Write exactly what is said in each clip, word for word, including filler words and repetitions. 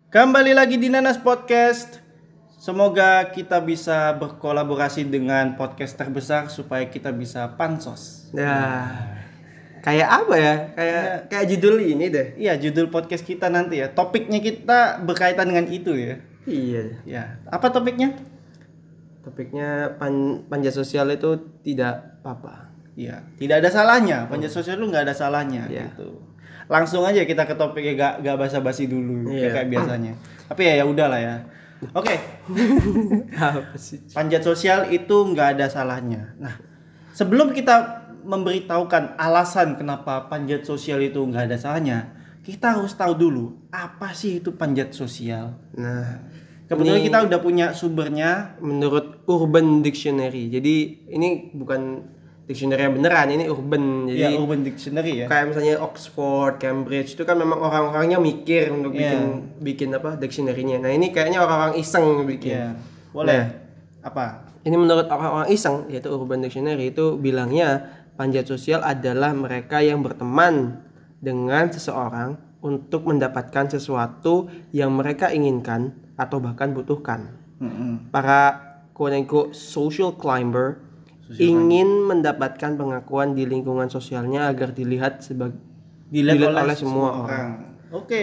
Kembali lagi di Nanas Podcast. Semoga kita bisa berkolaborasi dengan podcast terbesar supaya kita bisa pansos. Nah, kayak apa ya? Kayak Ya. kayak judul ini deh. Iya, judul podcast kita nanti ya. Topiknya kita berkaitan dengan itu ya. Iya. Ya, apa topiknya? Topiknya pan, panjat sosial itu tidak apa-apa. Iya, tidak ada salahnya. Panjat sosial itu nggak ada salahnya Iya. gitu. Langsung aja kita ke topiknya, gak, gak basa-basi dulu Iya. kayak biasanya. Tapi ya ya udahlah ya. Oke, Apa sih? panjat sosial itu nggak ada salahnya. Nah, sebelum kita memberitahukan alasan kenapa panjat sosial itu nggak ada salahnya, kita harus tahu dulu apa sih itu panjat sosial. Nah, Kebetulan ini kita udah punya sumbernya. menurut Urban Dictionary. Jadi ini bukan dictionary yang beneran, ini urban. Jadi Ya, Urban Dictionary ya. kayak misalnya Oxford, Cambridge itu kan memang orang-orangnya mikir untuk Iya. bikin bikin apa dictionary-nya. Nah, ini kayaknya orang-orang iseng bikin. Ya, boleh. Nah, Apa? ini menurut orang-orang iseng, yaitu Urban Dictionary itu bilangnya panjat sosial adalah mereka yang berteman dengan seseorang untuk mendapatkan sesuatu yang mereka inginkan atau bahkan butuhkan. Mm-mm. Para quote-unquote social climber ingin mendapatkan pengakuan di lingkungan sosialnya agar dilihat sebagai Dilihat, Dilihat oleh, oleh semua orang. Oke.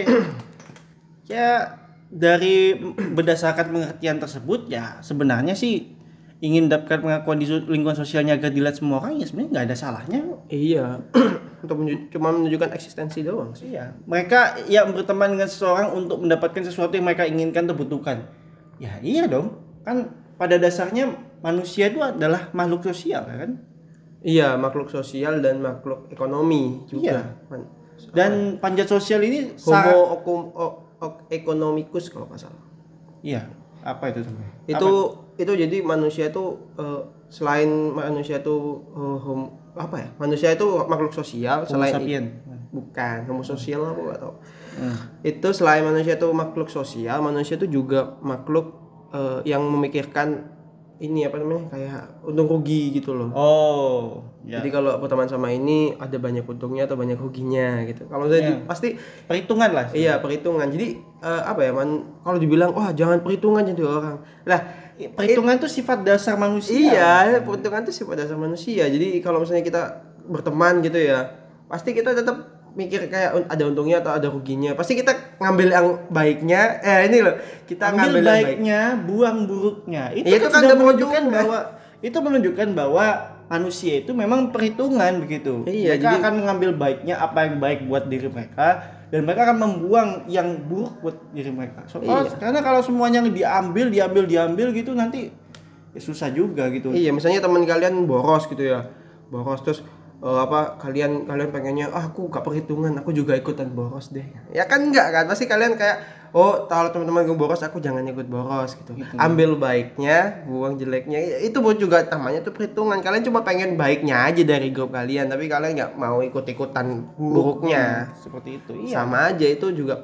Ya, dari berdasarkan pengertian tersebut ya sebenarnya sih ingin mendapatkan pengakuan di so- lingkungan sosialnya agar dilihat semua orang ya sebenarnya nggak ada salahnya kok. Iya, untuk menunjuk, cuma menunjukkan eksistensi doang sih. Iya, mereka yang berteman dengan seseorang untuk mendapatkan sesuatu yang mereka inginkan atau butuhkan. Ya iya dong, kan pada dasarnya manusia itu adalah makhluk sosial kan. Iya, makhluk sosial dan makhluk ekonomi juga. Iya. Man- Dan panjat sosial ini Homo sangat okum- o- o- economicus kalau nggak salah. iya, apa itu sebenarnya? Itu itu jadi manusia itu eh, selain manusia itu eh, hom- apa ya? Manusia itu makhluk sosial Homo selain sapien. bukan homo sosial aku nggak tahu. Hmm. Itu selain manusia itu makhluk sosial, manusia itu juga makhluk eh, yang memikirkan ini apa namanya kayak untung rugi gitu loh. Oh, ya. Jadi kalau berteman sama ini ada banyak untungnya atau banyak ruginya gitu. Kalau saya Iya. di- pasti Perhitungan lah. iya perhitungan. Jadi eh, apa ya man? Kalau dibilang wah jangan perhitungan jadi orang. Lah Perhitungan itu sifat dasar manusia. iya perhitungan itu sifat dasar manusia. Jadi kalau misalnya kita berteman gitu ya, pasti kita tetap mikir kayak un- ada untungnya atau ada ruginya. Pasti kita ngambil yang baiknya. Eh ini loh kita Ambil ngambil yang baik. baiknya, buang buruknya. Itu Iya, kan, itu kan sudah ada menunjukkan perhitungan. bahwa itu menunjukkan bahwa manusia itu memang perhitungan begitu. Iya, mereka jadi- akan mengambil baiknya apa yang baik buat diri mereka dan mereka akan membuang yang buruk buat diri mereka. So, kalau- Iya. Karena kalau semuanya diambil, diambil, diambil gitu nanti ya susah juga gitu. Iya, misalnya teman kalian boros gitu ya. Boros terus eh, apa kalian kalian pengennya ah aku gak perhitungan, aku juga ikutan boros deh. Ya kan enggak kan? Pasti kalian kayak oh, kalau teman-teman gue boros aku jangan ikut boros gitu. Ambil baiknya, buang jeleknya. Ya, itu buat juga namanya tuh perhitungan. Kalian cuma pengen baiknya aja dari grup kalian, tapi kalian nggak mau ikut-ikutan buruknya. Seperti itu. Iya. Sama aja itu juga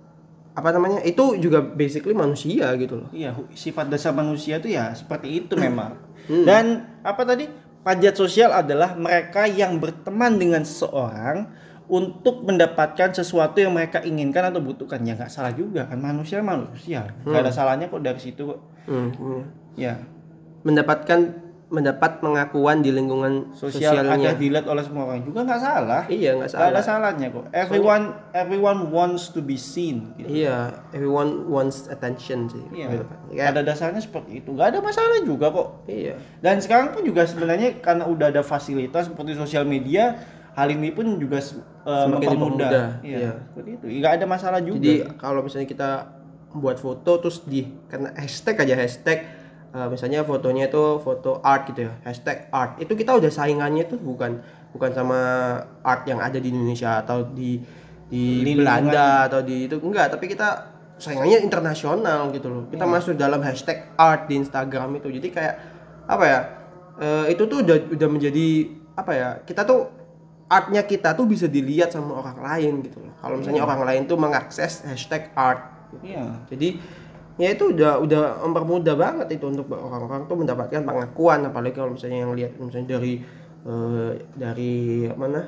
apa namanya? Itu juga basically manusia gitu loh. Iya, hu- sifat dasar manusia itu ya seperti itu memang. Hmm. Dan apa tadi? Panjat sosial adalah mereka yang berteman dengan seseorang untuk mendapatkan sesuatu yang mereka inginkan atau butuhkan. Ya nggak salah juga kan, manusia manusia. Nggak ada salahnya kok dari situ kok. Hmm, hmm. Ya, Mendapatkan mendapat pengakuan di lingkungan sosial sosialnya. agar dilihat oleh semua orang juga nggak salah. Iya, nggak Nggak ada salah. salahnya kok. Everyone everyone wants to be seen. Gitu. Iya, everyone wants attention sih. Iya. Gitu kan. Kayak- Pada dasarnya seperti itu. Nggak ada masalah juga kok. Iya. Dan sekarang pun juga sebenarnya karena udah ada fasilitas seperti sosial media, hal ini pun juga uh, Semakin mempermudah. dipermudah, Iya, iya. seperti itu. Nggak ada masalah juga. Jadi kalau misalnya kita buat foto terus di karena hashtag aja hashtag eh, misalnya fotonya itu foto art gitu ya, hashtag art. Itu kita udah saingannya tuh bukan bukan sama art yang ada di Indonesia atau di di Di Belanda atau di itu enggak, tapi kita saingannya internasional gitu loh. Kita masuk dalam hashtag art di Instagram itu. Jadi kayak apa ya? eh, itu tuh udah udah menjadi apa ya? Kita tuh artnya kita tuh bisa dilihat sama orang lain gitu loh. Kalau misalnya orang lain tuh mengakses hashtag art. Iya. Jadi ya itu udah udah mempermudah banget itu untuk orang-orang tuh mendapatkan pengakuan, apalagi kalau misalnya yang lihat misalnya dari eh, dari mana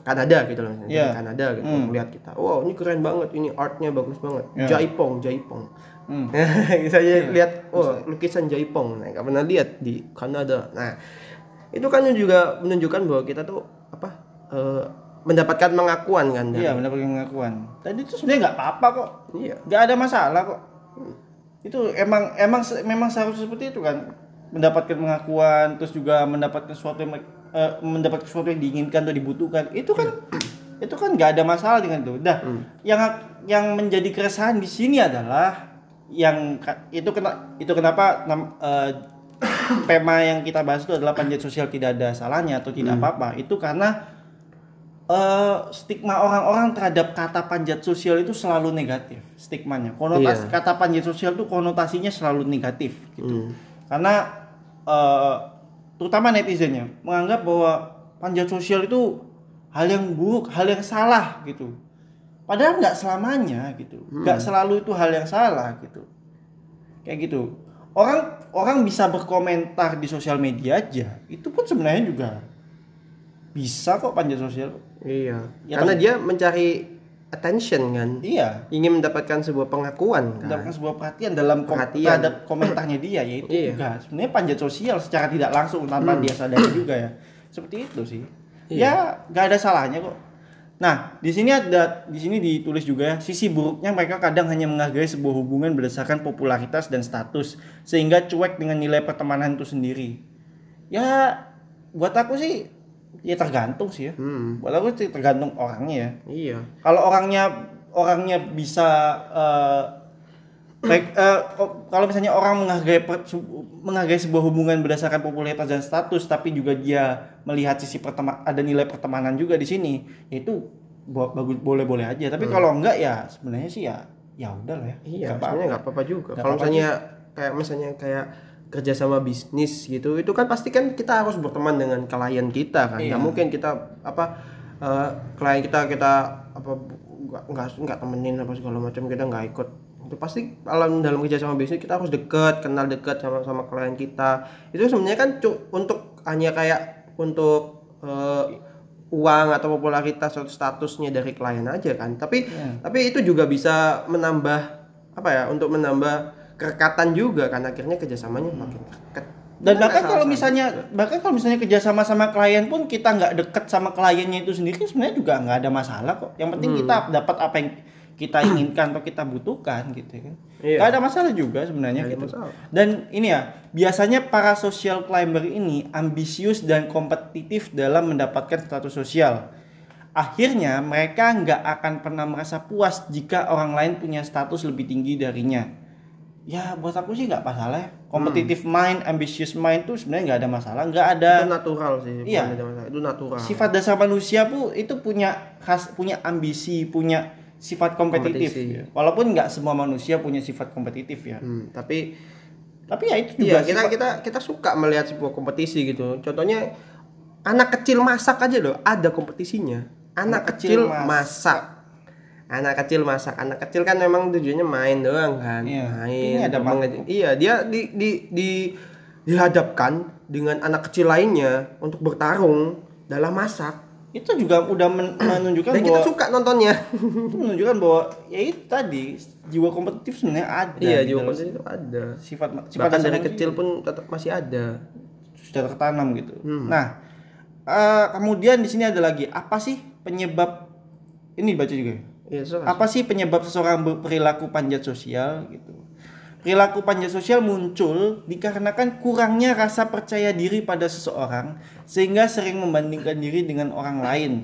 Kanada gitu loh, dari Yeah. Kanada gitu, Hmm. melihat kita, wow ini keren banget, ini artnya bagus banget, Yeah. Jaipong, Jaipong. Hmm. Saya lihat, oh lukisan Jaipong, nah nggak pernah lihat di Kanada. Nah itu kan juga menunjukkan bahwa kita tuh apa eh, mendapatkan pengakuan kan dari Iya, mendapatkan pengakuan. Tadi itu sebenarnya nggak apa-apa kok. iya Nggak ada masalah kok. Itu emang emang se- memang seharusnya seperti itu kan. Mendapatkan pengakuan, terus juga mendapatkan sesuatu yang eh, mendapatkan sesuatu yang diinginkan atau dibutuhkan. Itu kan itu kan nggak ada masalah dengan itu. Dah, yang yang menjadi keresahan di sini adalah yang ka- itu kena itu kenapa nam- eh, tema yang kita bahas itu adalah panjat sosial tidak ada salahnya atau tidak apa-apa. Itu karena eh, stigma orang-orang terhadap kata panjat sosial itu selalu negatif stigmanya. Konotasi Iya. kata panjat sosial itu konotasinya selalu negatif gitu. Hmm. Karena eh, terutama netizennya menganggap bahwa panjat sosial itu hal yang buruk, hal yang salah gitu. Padahal nggak selamanya gitu, nggak selalu itu hal yang salah gitu. Kayak gitu. Orang orang bisa berkomentar di sosial media aja, itu pun sebenarnya juga bisa kok panjat sosial. Iya, Ya, karena Bang. dia mencari attention kan, Iya, ingin mendapatkan sebuah pengakuan kan. mendapatkan sebuah perhatian dalam kom- Perhatian. terhadap komentarnya dia, yaitu Iya. juga sebenarnya panjat sosial secara tidak langsung tanpa dia sadari juga ya. Seperti itu sih. Ya, nggak ada salahnya kok. Nah, di sini ada di sini ditulis juga ya, sisi buruknya mereka kadang hanya menghargai sebuah hubungan berdasarkan popularitas dan status sehingga cuek dengan nilai pertemanan itu sendiri. Ya, buat aku sih ya tergantung sih ya. Hmm. Buat aku sih tergantung orangnya ya. Iya. Kalau orangnya orangnya bisa eh, baik eh, o- kalau misalnya orang menghargai per- su- menghargai sebuah hubungan berdasarkan popularitas dan status tapi juga dia melihat sisi pertema ada nilai pertemanan juga di sini, ya itu bo- bagus boleh-boleh aja. Tapi kalau enggak ya sebenarnya sih ya ya udah lah ya. Iya, Nggak sebenarnya nggak apa-apa juga. Nggak Kalau apa-apa misalnya kayak misalnya kayak kerja sama bisnis gitu, itu kan pasti kan kita harus berteman dengan klien kita kan. Nggak Iya. mungkin kita apa eh, klien kita kita apa nggak nggak nggak temenin apa segala macam, kita nggak ikut. Itu pasti dalam dalam kerja sama bisnis kita harus dekat, kenal dekat sama sama klien kita. Itu sebenarnya kan cu- untuk hanya kayak untuk eh, uang atau popularitas atau statusnya dari klien aja kan. Tapi Iya. tapi itu juga bisa menambah apa ya, untuk menambah kerekatan juga kan, akhirnya kerjasamanya makin dekat. Dan Kita bahkan nggak kalau salah-salah misalnya juga. bahkan kalau misalnya kerja sama sama klien pun kita nggak deket sama kliennya itu sendiri sebenarnya juga nggak ada masalah kok. Yang penting kita dapat apa yang kita inginkan atau kita butuhkan gitu kan. Iya. Nggak ada masalah juga sebenarnya Nggak ada gitu. masalah. Dan ini ya biasanya para social climber ini ambisius dan kompetitif dalam mendapatkan status sosial. Akhirnya mereka nggak akan pernah merasa puas jika orang lain punya status lebih tinggi darinya. Ya buat aku sih nggak masalah ya. Competitive mind, ambitious mind tuh sebenarnya nggak ada masalah, nggak ada. Itu natural sih, bukan Iya. ada masalah. Itu natural. Sifat dasar manusia pun itu punya khas, punya ambisi, punya sifat kompetitif. Kompetisi. Ya. Walaupun nggak semua manusia punya sifat kompetitif ya. Hmm, tapi Tapi ya itu iya juga kita sifat- kita kita suka melihat sebuah kompetisi gitu. Contohnya anak kecil masak aja loh, ada kompetisinya. Anak, Anak kecil, kecil masak. masak. Anak kecil masak. Anak kecil kan memang tujuannya main doang kan. Iya. Main. Ini ada untuk menge- Iya, dia di di di dihadapkan dengan anak kecil lainnya untuk bertarung dalam masak. itu juga udah men- menunjukkan Dan bahwa kita suka nontonnya. itu menunjukkan bahwa ya itu tadi jiwa kompetitif sebenarnya ada. Iya, di jiwa dalam kompetisi itu ada. Sifat sifat Bahkan dasar dari manusia kecil pun tetap masih ada. sudah tertanam gitu. Hmm. Nah, eh, kemudian di sini ada lagi apa sih penyebab ini baca juga. ya? Iya, so, Apa sih penyebab seseorang berperilaku panjat sosial gitu? Perilaku panjat sosial muncul dikarenakan kurangnya rasa percaya diri pada seseorang sehingga sering membandingkan diri dengan orang lain.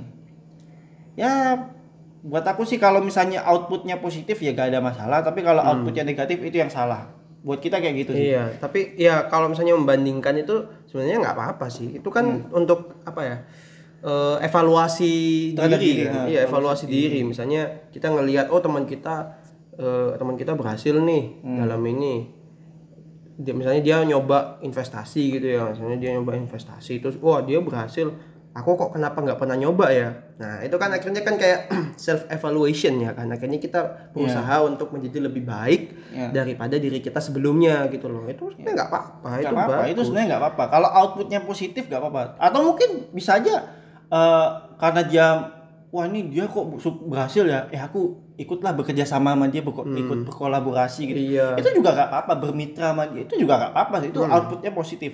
Ya, buat aku sih kalau misalnya outputnya positif ya gak ada masalah, tapi kalau outputnya negatif itu yang salah. Buat kita kayak gitu sih. Iya, tapi ya kalau misalnya membandingkan itu sebenarnya nggak apa-apa sih. Itu kan untuk apa ya? eh, evaluasi Terhadap diri, diri, kan? nah, Iya, evaluasi diri. Misalnya kita ngelihat oh teman kita eh, teman kita berhasil nih dalam ini. Dia, misalnya dia nyoba investasi gitu ya. Misalnya dia nyoba investasi terus wah dia berhasil. Aku kok kenapa nggak pernah nyoba ya? Nah itu kan akhirnya kan kayak self evaluation ya kan. Akhirnya kita berusaha untuk menjadi lebih baik Iya. daripada diri kita sebelumnya gitu loh. Itu sebenarnya nggak apa-apa. Nggak Itu apa-apa, bagus. itu sebenarnya nggak apa-apa. Kalau outputnya positif nggak apa-apa. Atau mungkin bisa aja eh, karena dia wah ini dia kok su- berhasil ya, eh aku ikutlah bekerja sama sama dia, berko- ikut berkolaborasi gitu. Iya. Itu juga gak apa-apa, bermitra sama dia itu juga gak apa-apa, itu outputnya positif.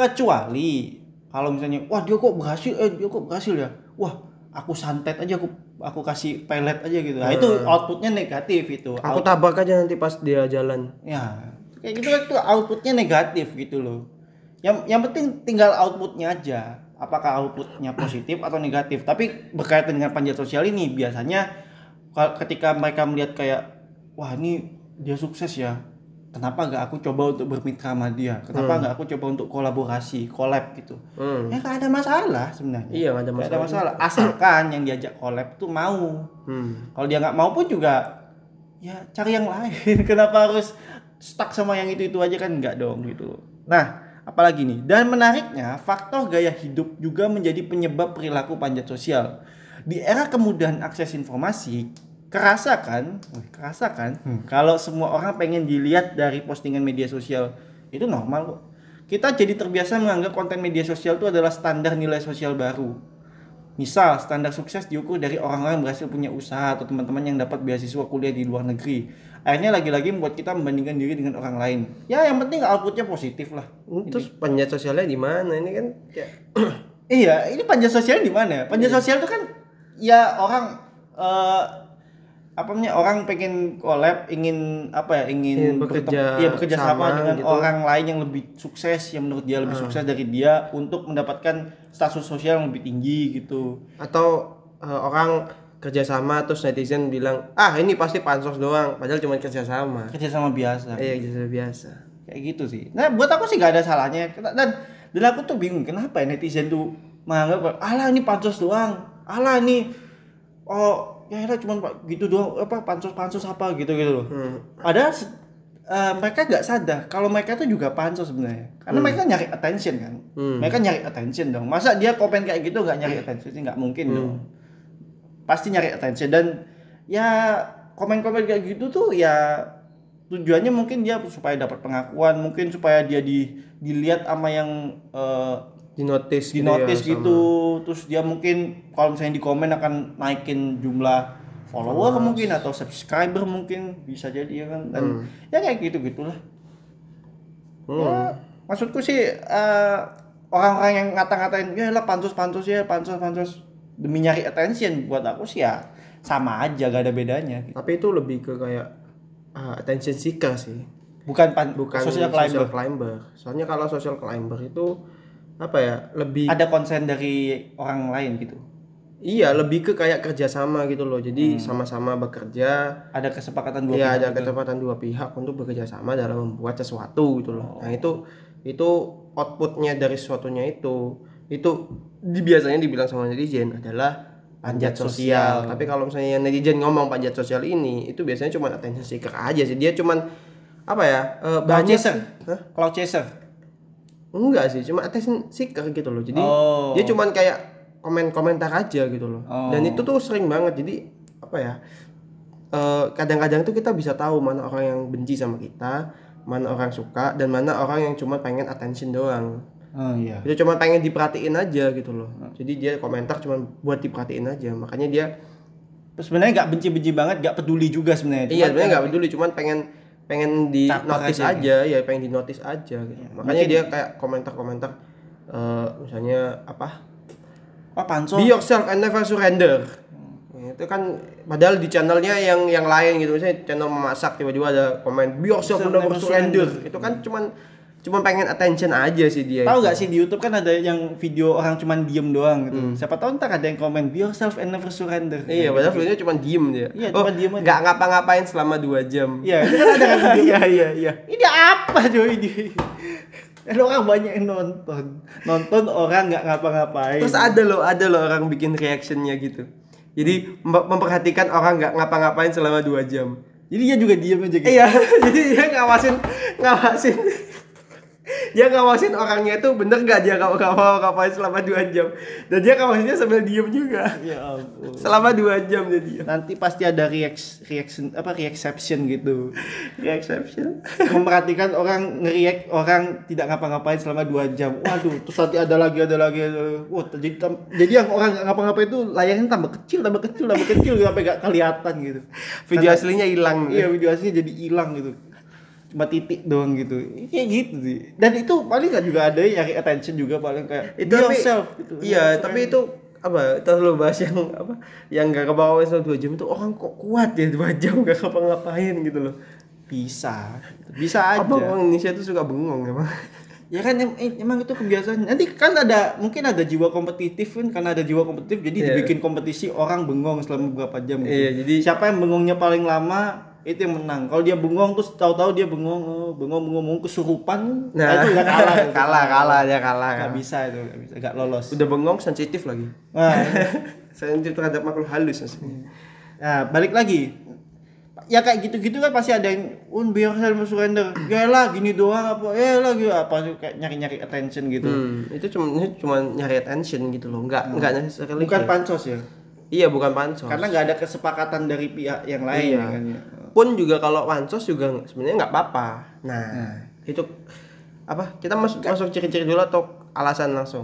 Kecuali kalau misalnya wah dia kok berhasil, eh dia kok berhasil ya, wah aku santet aja, aku aku kasih pelet aja gitu. Nah, itu outputnya negatif itu. Aku tabrak aja nanti pas dia jalan. Ya, kayak gitu kan, itu outputnya negatif gitu loh. Yang yang penting tinggal outputnya aja. Apakah outputnya positif atau negatif. Tapi berkaitan dengan panjat sosial ini biasanya kal- ketika mereka melihat kayak wah ini dia sukses ya, kenapa nggak aku coba untuk bermitra sama dia? Kenapa nggak aku coba untuk kolaborasi, collab gitu? Hmm. Ya nggak ada masalah sebenarnya. Iya, nggak ada Nggak masalah. masalah. Asalkan yang diajak collab tuh mau. Hmm. Kalau dia nggak mau pun juga ya cari yang lain. Kenapa harus stuck sama yang itu-itu aja, kan enggak dong gitu. Nah, apalagi nih. Dan menariknya, faktor gaya hidup juga menjadi penyebab perilaku panjat sosial. Di era kemudahan akses informasi, kerasa kan? Wih, kerasa kan? Hmm. Kalau semua orang pengen dilihat dari postingan media sosial, itu normal kok. Kita jadi terbiasa menganggap konten media sosial itu adalah standar nilai sosial baru. Misal, standar sukses diukur dari orang-orang yang berhasil punya usaha atau teman-teman yang dapat beasiswa kuliah di luar negeri. Akhirnya lagi-lagi membuat kita membandingkan diri dengan orang lain. Ya, yang penting outputnya positif lah. Terus panjat sosialnya di mana? Ini kan kayak Iya, ini panjat sosial di mana? Panjat sosial itu kan ya orang eh, apa namanya, orang pengen collab, ingin apa ya, ingin Ingin bekerja bertem- iya, bekerja sama, sama dengan gitu. orang lain yang lebih sukses, yang menurut dia lebih sukses dari dia untuk mendapatkan status sosial yang lebih tinggi gitu. atau eh, orang kerjasama terus netizen bilang ah ini pasti pansos doang padahal cuma kerjasama. Kerja sama biasa. Iya kerjasama biasa. Kayak gitu sih. Nah, buat aku sih gak ada salahnya. Dan dan aku tuh bingung kenapa ya netizen tuh menganggap alah ini pansos doang. Alah ini oh ya elah cuma pa- gitu doang, apa pansos-pansos apa gitu-gitu loh. Hmm. Padahal se- eh, mereka gak sadar kalau mereka tuh juga pansos sebenarnya. Karena mereka nyari attention kan. Hmm. Mereka nyari attention dong. Masa dia komen kayak gitu gak nyari attention sih? Gak mungkin dong. Pasti nyari attention. Dan ya komen-komen kayak gitu tuh ya tujuannya mungkin dia supaya dapat pengakuan, mungkin supaya dia di dilihat sama yang eh, Di notice di notice gitu, terus dia mungkin kalau misalnya di komen akan naikin jumlah follower mungkin atau subscriber mungkin, bisa jadi ya kan. Dan ya kayak gitu gitulah. Ya, maksudku sih eh, orang-orang yang ngata-ngatain ya lah pansos-pansos ya, pansos-pansos demi nyari attention, buat aku sih ya sama aja, gak ada bedanya. Tapi itu lebih ke kayak ah, attention seeker sih. Bukan pan, Bukan social social climber. climber. Soalnya kalau social climber itu apa ya? Lebih Ada konsen dari orang lain gitu. iya, lebih ke kayak kerjasama gitu loh. Jadi sama-sama bekerja. Ada kesepakatan dua Iya, pihak ada gitu. ketepatan dua pihak untuk bekerja sama dalam membuat sesuatu gitu loh. Nah, itu itu outputnya dari sesuatunya itu itu di, biasanya dibilang sama netizen adalah panjat sosial. Tapi kalau misalnya netizen ngomong panjat sosial ini, itu biasanya cuma attention seeker aja sih. Dia cuman apa ya? eh, Cloud banyak chaser. sih. Hah? Cloud chaser. Enggak sih, cuma attention seeker gitu loh. Jadi Oh. dia cuman kayak komen-komentar aja gitu loh. Oh. Dan itu tuh sering banget. Jadi apa ya? eh, kadang-kadang tuh kita bisa tahu mana orang yang benci sama kita, mana orang suka, dan mana orang yang cuma pengen attention doang. Oh iya. Itu cuma pengen diperhatiin aja gitu loh. Jadi dia komentar cuma buat diperhatiin aja. Makanya dia Sebenarnya nggak benci-benci banget, nggak peduli juga sebenarnya. iya Cuman sebenarnya kan- nggak peduli, cuman pengen pengen di Caper notice aja, aja, ya pengen di notice aja gitu. Makanya dia kayak komentar-komentar eh, misalnya apa? Oh pansos. Be yourself and never surrender. Itu kan padahal di channelnya yang yang lain gitu, misalnya channel memasak tiba-tiba ada komen be yourself and never surrender. Itu kan cuman cuman pengen attention aja sih dia. Tahu itu. nggak sih di YouTube kan ada yang video orang cuman diem doang gitu. Siapa tahu ntar ada yang komen be yourself and never surrender. Iya, padahal videonya cuma diem dia. Iya, oh, cuma diem aja. nggak ngapa-ngapain selama dua jam. Iya, itu kan ada kan video. Iya, iya, iya. Ini apa coy ini? Dan orang banyak yang nonton. Nonton orang nggak ngapa-ngapain. Terus ada loh, ada loh orang bikin reactionnya gitu. Jadi mem- memperhatikan orang nggak ngapa-ngapain selama dua jam. Jadi dia juga diem aja gitu. Iya, jadi dia ngawasin, ngawasin, dia ngawasin orangnya itu bener nggak dia nggak ngapa-ngapain selama dua jam. Dan dia ngawasinnya sambil diem juga. Ya ampun. Selama dua jam jadi. Nanti pasti ada reaction, reaction apa reaction gitu. Gak exception. Memperhatikan orang nge-react orang tidak ngapa-ngapain selama dua jam. Waduh, terus nanti ada lagi ada lagi. Ada lagi. Wah, jadi tam- jadi yang orang nggak ngapa-ngapain itu layarnya tambah kecil, tambah kecil, tambah kecil sampai gak kelihatan gitu. Video Karena- aslinya hilang. Iya, video aslinya jadi hilang gitu. Cuma titik doang gitu. Kayak gitu sih. Dan itu paling nggak juga ada yang nyari attention juga paling kayak Itu be tapi, yourself gitu. iya, Be tapi yourself. itu apa? Kita selalu bahas yang apa? Yang gak kebawa selama dua jam itu orang kok kuat ya dua jam gak ngapa-ngapain gitu loh. bisa. Bisa aja. Apa orang Indonesia tuh suka bengong emang? Ya kan em- em- emang itu kebiasaan. Nanti kan ada mungkin ada jiwa kompetitif kan karena ada jiwa kompetitif jadi Iya. dibikin kompetisi orang bengong selama beberapa jam gitu. Iya, jadi- siapa yang bengongnya paling lama itu yang menang. Kalau dia bengong terus tahu-tahu dia bengong oh, bengong bengong bengong kesurupan, Nah, itu udah kalah. itu. kalah, kalah aja kalah. Nggak bisa itu, nggak bisa, nggak lolos. Udah bengong sensitif lagi. Nah, Sensitif terhadap makhluk halus maksudnya. nah, balik lagi. Ya kayak gitu-gitu kan pasti ada yang un biar saya surrender. Ya lah gini doang apa? Ya lah gitu apa kayak nyari-nyari attention gitu. Hmm, itu cuma ini cuma nyari attention gitu loh. Enggak, enggak necessarily. Bukan kayak- pansos ya. Iya, bukan pansos. Karena nggak ada kesepakatan dari pihak yang lain Iya. kan ya. Pun juga kalau pansos juga nggak- sebenarnya nggak apa-apa. Nah, itu apa? Kita masuk masuk ciri-ciri dulu atau alasan langsung?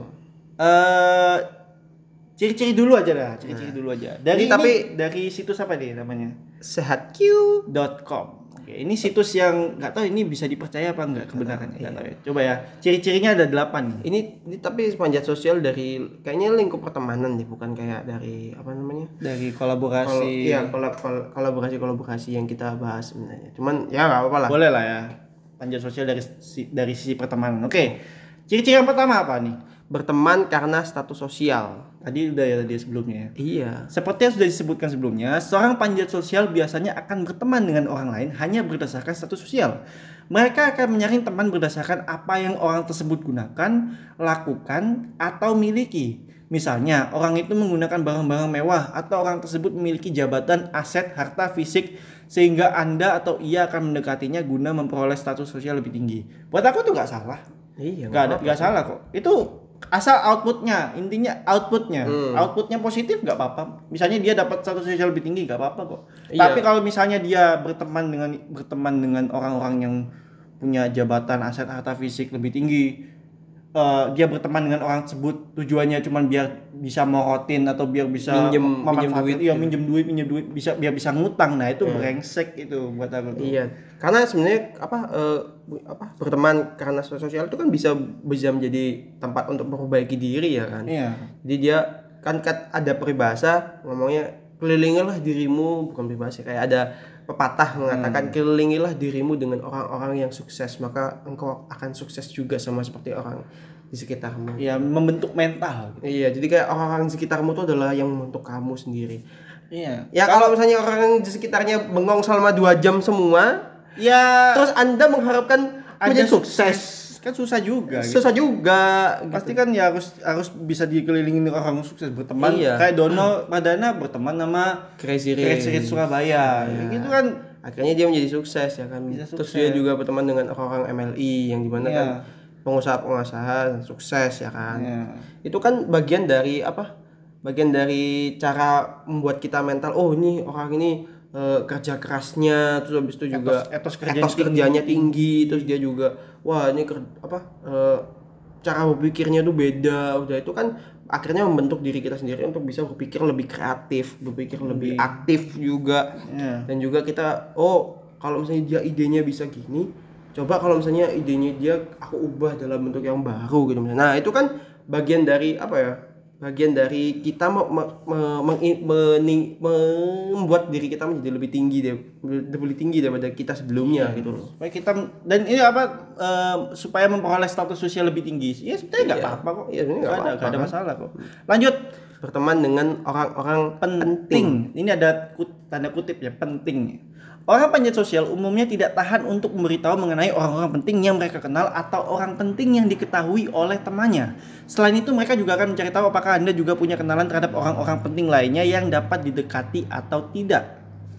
Eh ciri-ciri dulu aja dah, ciri-ciri dulu aja. Dari Ini tapi- ini, dari situs apa nih namanya? Sehat Q. dot com. Oke, ini situs yang nggak tahu ini bisa dipercaya apa enggak kebenarannya, nggak tahu ya. Coba ya. Ciri-cirinya ada delapan nih. Ini, ini tapi panjat sosial dari kayaknya lingkup pertemanan deh, bukan kayak dari apa namanya? Dari Kol- kolaborasi. iya, kolab- kol- kolaborasi-kolaborasi yang kita bahas sebenarnya. Cuman ya nggak apa-apa lah. Boleh lah ya. Panjat sosial dari si- dari sisi pertemanan. Oke. Ciri-ciri yang pertama apa nih? Berteman karena status sosial. Tadi udah ya tadi sebelumnya ya. Iya. Seperti yang sudah disebutkan sebelumnya, seorang panjat sosial biasanya akan berteman dengan orang lain hanya berdasarkan status sosial. Mereka akan menyaring teman berdasarkan apa yang orang tersebut gunakan, lakukan, atau miliki. Misalnya, orang itu menggunakan barang-barang mewah atau orang tersebut memiliki jabatan, aset, harta fisik sehingga Anda atau ia akan mendekatinya guna memperoleh status sosial lebih tinggi. Buat aku tuh nggak salah. Iya. Nggak ada, apa-apa. nggak salah kok. Itu asal outputnya, intinya outputnya, Hmm. outputnya positif nggak apa-apa. Misalnya dia dapat status sosial lebih tinggi nggak apa-apa kok. Iya. Tapi kalau misalnya dia berteman dengan berteman dengan orang-orang yang punya jabatan, aset, harta fisik lebih tinggi, eh, dia berteman dengan orang tersebut tujuannya cuma biar bisa morotin atau biar bisa Minjem- mem- minjem memanfaatkan- duit iya gitu. minjem duit, minjem duit bisa biar bisa ngutang. Nah itu brengsek itu buat aku tuh. Iya, karena sebenarnya apa eh, bu- apa berteman karena sosial itu kan bisa bisa menjadi tempat untuk memperbaiki diri ya kan. Iya. Jadi dia kan kan ada peribahasa ngomongnya kelilingilah dirimu, bukan peribahasa kayak ada pepatah mengatakan kelilingilah dirimu dengan orang-orang yang sukses maka engkau akan sukses juga sama seperti orang di sekitarmu. Ya membentuk mental. Gitu. Iya, jadi kayak orang-orang di sekitarmu itu adalah yang membentuk kamu sendiri. Iya. Ya kalau misalnya orang di sekitarnya bengong selama dua jam semua, Ya terus Anda mengharapkan ada menjadi sukses kan susah juga gitu. susah juga. Pasti kan ya harus harus bisa dikelilingi dengan orang sukses berteman. Iya. Kayak Dono Pradana berteman sama Crazy Crazy Rich Rich. Surabaya. Iya. Gitu kan. Akhirnya dia menjadi sukses ya kan. Bisa Terus sukses. dia juga berteman dengan orang-orang M L I yang dimana Iya. kan pengusaha-pengusaha sukses ya kan. Iya. Itu kan bagian dari apa? Bagian dari cara membuat kita mental. Oh ini orang ini eh, kerja kerasnya, terus habis itu juga Etos- etos kerjanya etos kerjanya tinggi, terus dia juga wah ini ker- apa eh, cara berpikirnya tuh beda. Udah itu kan akhirnya membentuk diri kita sendiri untuk bisa berpikir lebih kreatif, berpikir lebih aktif juga. Iya. Dan juga kita oh kalau misalnya dia idenya bisa gini, coba kalau misalnya idenya dia aku ubah dalam bentuk yang baru gitu misalnya. Nah itu kan bagian dari apa ya, bagian dari kita me, me, me- meng- mening- membuat diri kita menjadi lebih tinggi deh, lebih tinggi daripada kita sebelumnya gitu loh. Supaya kita dan ini apa eh, supaya memperoleh status sosial lebih tinggi. Ya sebenarnya nggak Iya. apa-apa kok. Iya, sebenarnya nggak Nggak ada, apa-apa, nggak ada kan. masalah kok. Lanjut. Berteman dengan orang-orang Penting. Ini ada kut- tanda kutip ya, penting. Orang panjat sosial umumnya tidak tahan untuk memberitahu mengenai orang-orang penting yang mereka kenal atau orang penting yang diketahui oleh temannya. Selain itu mereka juga akan mencari tahu apakah Anda juga punya kenalan terhadap orang-orang penting lainnya yang dapat didekati atau tidak.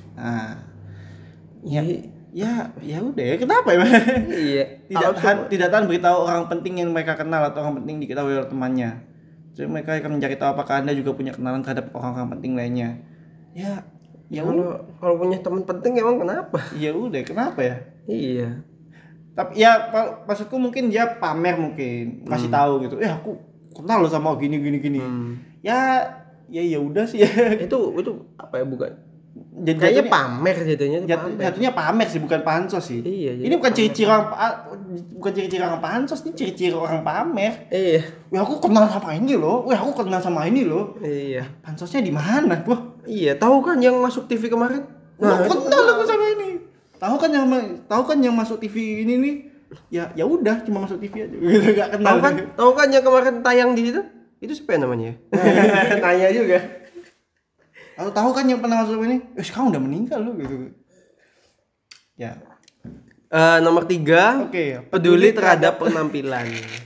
Nah, ya ya ya udah ya kenapa ya? Iya. tidak Kalau tahan tidak tahan beritahu orang penting yang mereka kenal atau orang penting diketahui oleh temannya. Jadi mereka akan mencari tahu apakah Anda juga punya kenalan terhadap orang-orang penting lainnya. Ya Ya Kalau kalau punya teman penting emang kenapa? Ya udah, kenapa ya? Iya. Tapi ya pa- maksudku mungkin dia pamer, mungkin kasih tahu gitu. Eh aku kenal lo sama gini gini gini. Ya ya ya udah sih ya. Itu itu apa ya, bukan? Jadi Kayaknya jatuhnya, pamer jadinya itu jat, pamer. jatuhnya pamer sih, bukan pansos sih. Iya, jadi Ini bukan pamer. ciri-ciri orang pa- bukan ciri-ciri orang pansos, ini ciri-ciri orang pamer. Iya. Wah aku kenal sama ini loh. Wah aku kenal sama ini loh. Iya. Pansosnya di mana? Wah, Iya, tahu kan yang masuk T V kemarin? nah, itu kenal aku sama ini. Tahu kan yang ma- tahu kan yang masuk T V ini nih. Ya ya udah, cuma masuk T V aja. Gitu, gak kenal. Tahu kan? Tahu kan yang kemarin tayang di situ? Itu siapa ya namanya? Tanya juga. Atau tahu kan yang pernah masuk ini? Eh sekarang udah meninggal loh gitu. Ya. Eh, nomor tiga, Oke, peduli terhadap penampilan.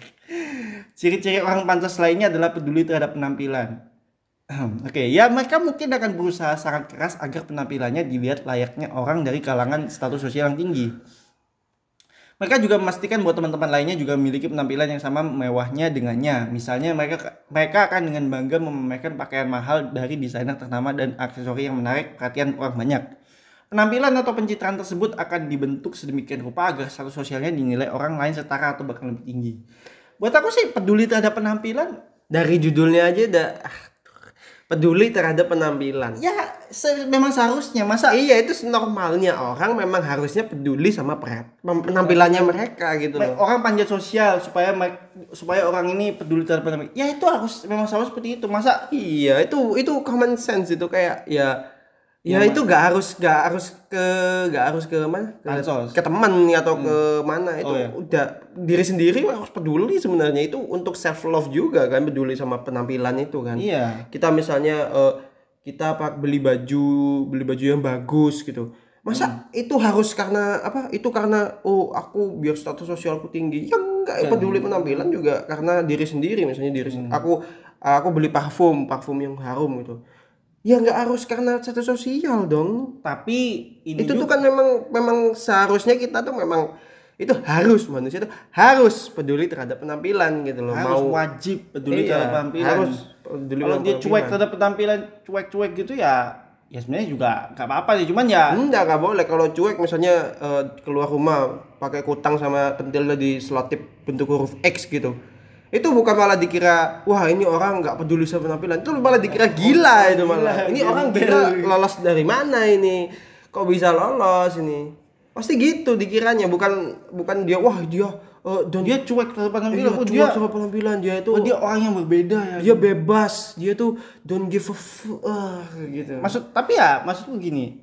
Ciri-ciri orang pansos lainnya adalah peduli terhadap penampilan. Ahem, Oke, ya mereka mungkin akan berusaha sangat keras agar penampilannya dilihat layaknya orang dari kalangan status sosial yang tinggi. Mereka juga memastikan bahwa teman-teman lainnya juga memiliki penampilan yang sama mewahnya dengannya. Misalnya mereka mereka akan dengan bangga memamerkan pakaian mahal dari desainer ternama dan aksesori yang menarik perhatian orang banyak. Penampilan atau pencitraan tersebut akan dibentuk sedemikian rupa agar status sosialnya dinilai orang lain setara atau bahkan lebih tinggi. Buat aku sih peduli terhadap penampilan, Dari judulnya aja udah ah, peduli terhadap penampilan. ya se- memang seharusnya. Masa Iya, itu normalnya orang memang harusnya peduli sama per- penampilannya mereka gitu me- loh. orang panjat sosial supaya me- supaya orang ini peduli terhadap penampilan. Ya itu harus memang harus seperti itu. Masa Iya, itu itu common sense itu kayak ya ya Ya, itu gak harus gak harus ke gak harus ke mana? Ke, Pansos. ke teman atau ke mana itu Oh, ya. udah diri sendiri harus peduli sebenarnya itu untuk self love juga kan peduli sama penampilan itu kan. iya. Kita misalnya eh, kita pak beli baju beli baju yang bagus gitu. Masa itu harus karena apa? Itu karena oh aku biar status sosialku tinggi. Ya enggak, peduli penampilan juga karena diri sendiri misalnya diri sen- aku aku beli parfum, parfum yang harum gitu. Ya nggak harus karena status sosial dong. Tapi ini Itu tuh juga kan memang memang seharusnya kita tuh memang itu harus manusia tuh harus peduli terhadap penampilan gitu loh. harus Mau wajib peduli iya, terhadap penampilan. harus peduli Kalau sama dia cuek penampilan. terhadap penampilan, cuek-cuek gitu ya, ya sebenarnya juga nggak apa-apa sih. Cuman ya Enggak, nggak boleh kalau cuek misalnya eh, keluar rumah pakai kutang sama pentilnya diselotip bentuk huruf X gitu. Itu bukan malah dikira wah ini orang nggak peduli sama penampilan. Itu malah dikira gila itu malah. gila, Ini gembel. orang gila lolos dari mana ini? Kok bisa lolos ini? Pasti gitu dikiranya bukan bukan dia wah dia eh, dan dia cuek terhadap penampilan. iya, Oh, cuek dia sama penampilan dia itu oh, dia orang yang berbeda ya. dia bebas, dia tuh don't give a fuck ah, gitu. Maksud tapi ya maksudku gini.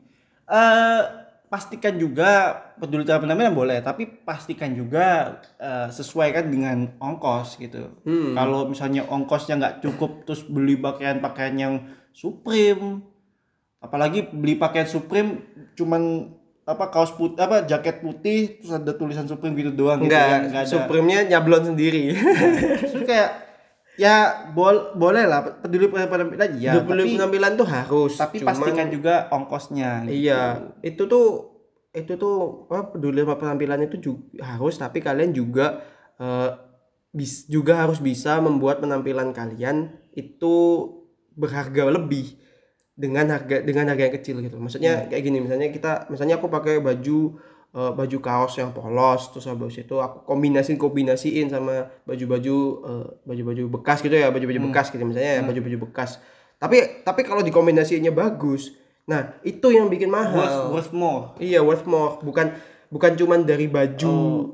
Eh pastikan juga peduli terhadap penampilan boleh, tapi pastikan juga eh, sesuaikan dengan ongkos gitu. Hmm. Kalau misalnya ongkosnya nggak cukup terus beli pakaian-pakaian yang Supreme, apalagi beli pakaian Supreme cuman apa kaos putih apa jaket putih terus ada tulisan Supreme gitu doang gitu yang Enggak, nggak ada. Supreme-nya nyablon sendiri. Terus kayak ya bol boleh lah peduli terhadap penampilan ya, Peduli tapi penampilan tuh harus. tapi Cuman- pastikan juga ongkosnya. gitu. Iya, itu tuh itu tuh apa peduli sama penampilan itu juga harus, tapi kalian juga eh, bis, juga harus bisa membuat penampilan kalian itu berharga lebih dengan harga dengan harga yang kecil gitu. Maksudnya kayak gini, misalnya kita misalnya aku pakai baju eh, baju kaos yang polos terus habis itu aku kombinasiin kombinasiin sama baju-baju eh, baju-baju bekas gitu ya, baju-baju bekas gitu misalnya ya, baju-baju bekas. Tapi tapi kalau dikombinasiinnya bagus, nah itu yang bikin mahal. worth worth more. Iya, worth more. Bukan bukan cuman dari baju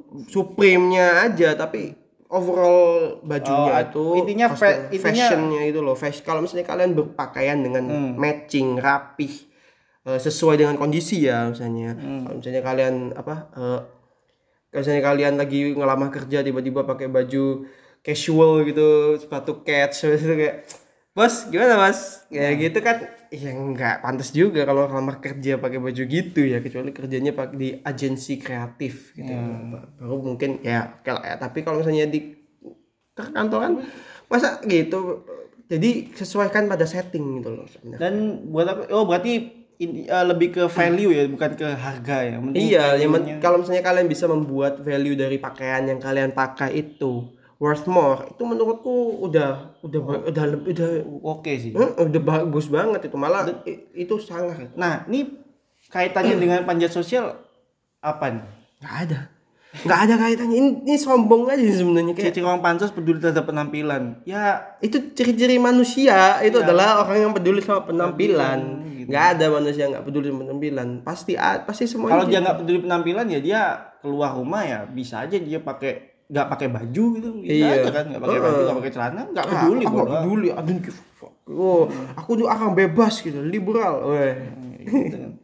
Supreme-nya aja, tapi overall bajunya Oh, itu intinya kostum- fa- intinya- fashionnya itu loh. Fashion. Kalau misalnya kalian berpakaian dengan matching, rapih, eh, sesuai dengan kondisi ya misalnya. Kalau misalnya kalian apa? eh, kalau misalnya kalian lagi ngelamar kerja tiba-tiba pakai baju casual gitu, sepatu Keds gitu kayak bos gimana mas? Kayak gitu kan ya nggak pantas juga kalau ngelamar kerja pakai baju gitu ya, kecuali kerjanya pakai di agensi kreatif gitu. Baru mungkin ya oke lah ya, tapi kalau misalnya di kantoran masa gitu, jadi sesuaikan pada setting gitu loh sebenarnya. Dan buat apa? Oh berarti ini, eh, lebih ke value ya, bukan ke harga ya. Penting Iya, yang value-nya. men- kalau misalnya kalian bisa membuat value dari pakaian yang kalian pakai itu worth more itu menurutku udah udah Oh. udah lebih udah Oke sih. hmm, udah bagus banget itu malah i- itu sangat Nah, ini kaitannya dengan panjat sosial apa nih? nggak ada nggak ada kaitannya ini, ini sombong aja sih sebenarnya kayak Ciri-ciri orang pansos peduli terhadap penampilan. Ya, itu ciri-ciri manusia itu Iya. adalah orang yang peduli sama penampilan Penampilan, gitu. nggak ada manusia yang nggak peduli sama penampilan pasti a- pasti semuanya kalau dia gitu. nggak peduli penampilan ya dia keluar rumah ya bisa aja dia pakai nggak pakai baju gitu. Bisa Iya. aja kan nggak pakai baju, Heeh. nggak pakai celana, nggak Ah, peduli aku nggak bodoh. peduli I don't give a fuck. Oh, aku tuh akan bebas gitu liberal weh. Gitu kan.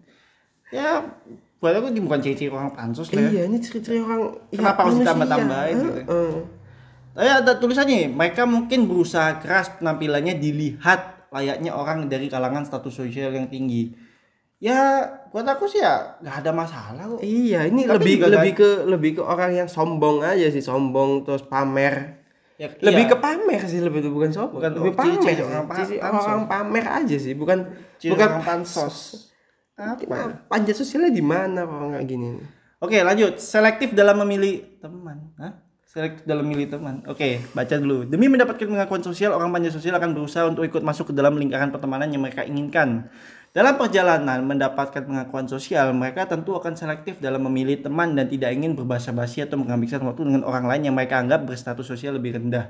Ya, buat aku ini bukan ciri-ciri orang pansos lah ya. Iya, ini ciri-ciri orang Kenapa harus manusia. ditambah-tambahin gitu? Heeh. Tapi ada tulisannya, mereka mungkin berusaha keras penampilannya dilihat layaknya orang dari kalangan status sosial yang tinggi. Ya, buat aku sih ya nggak ada masalah kok. Iya, ini Tapi lebih juga lebih ke lebih ke orang yang sombong aja sih, sombong terus pamer. Ya, Lebih iya. ke pamer sih, lebih itu bukan sombong. Bukan lebih pamer ciri-ciri sih. orang pa- Ciri pansos. orang pamer aja sih, bukan Ciri bukan orang pansos. Apa? Kenapa? Panjat sosialnya di mana orang kayak gini? Oke, lanjut. Selektif dalam memilih teman. Hah? Selektif dalam memilih teman. Oke, baca dulu. Demi mendapatkan pengakuan sosial, orang panjat sosial akan berusaha untuk ikut masuk ke dalam lingkaran pertemanan yang mereka inginkan. Dalam perjalanan mendapatkan pengakuan sosial, mereka tentu akan selektif dalam memilih teman dan tidak ingin berbasa-basi atau menghabiskan waktu dengan orang lain yang mereka anggap berstatus sosial lebih rendah.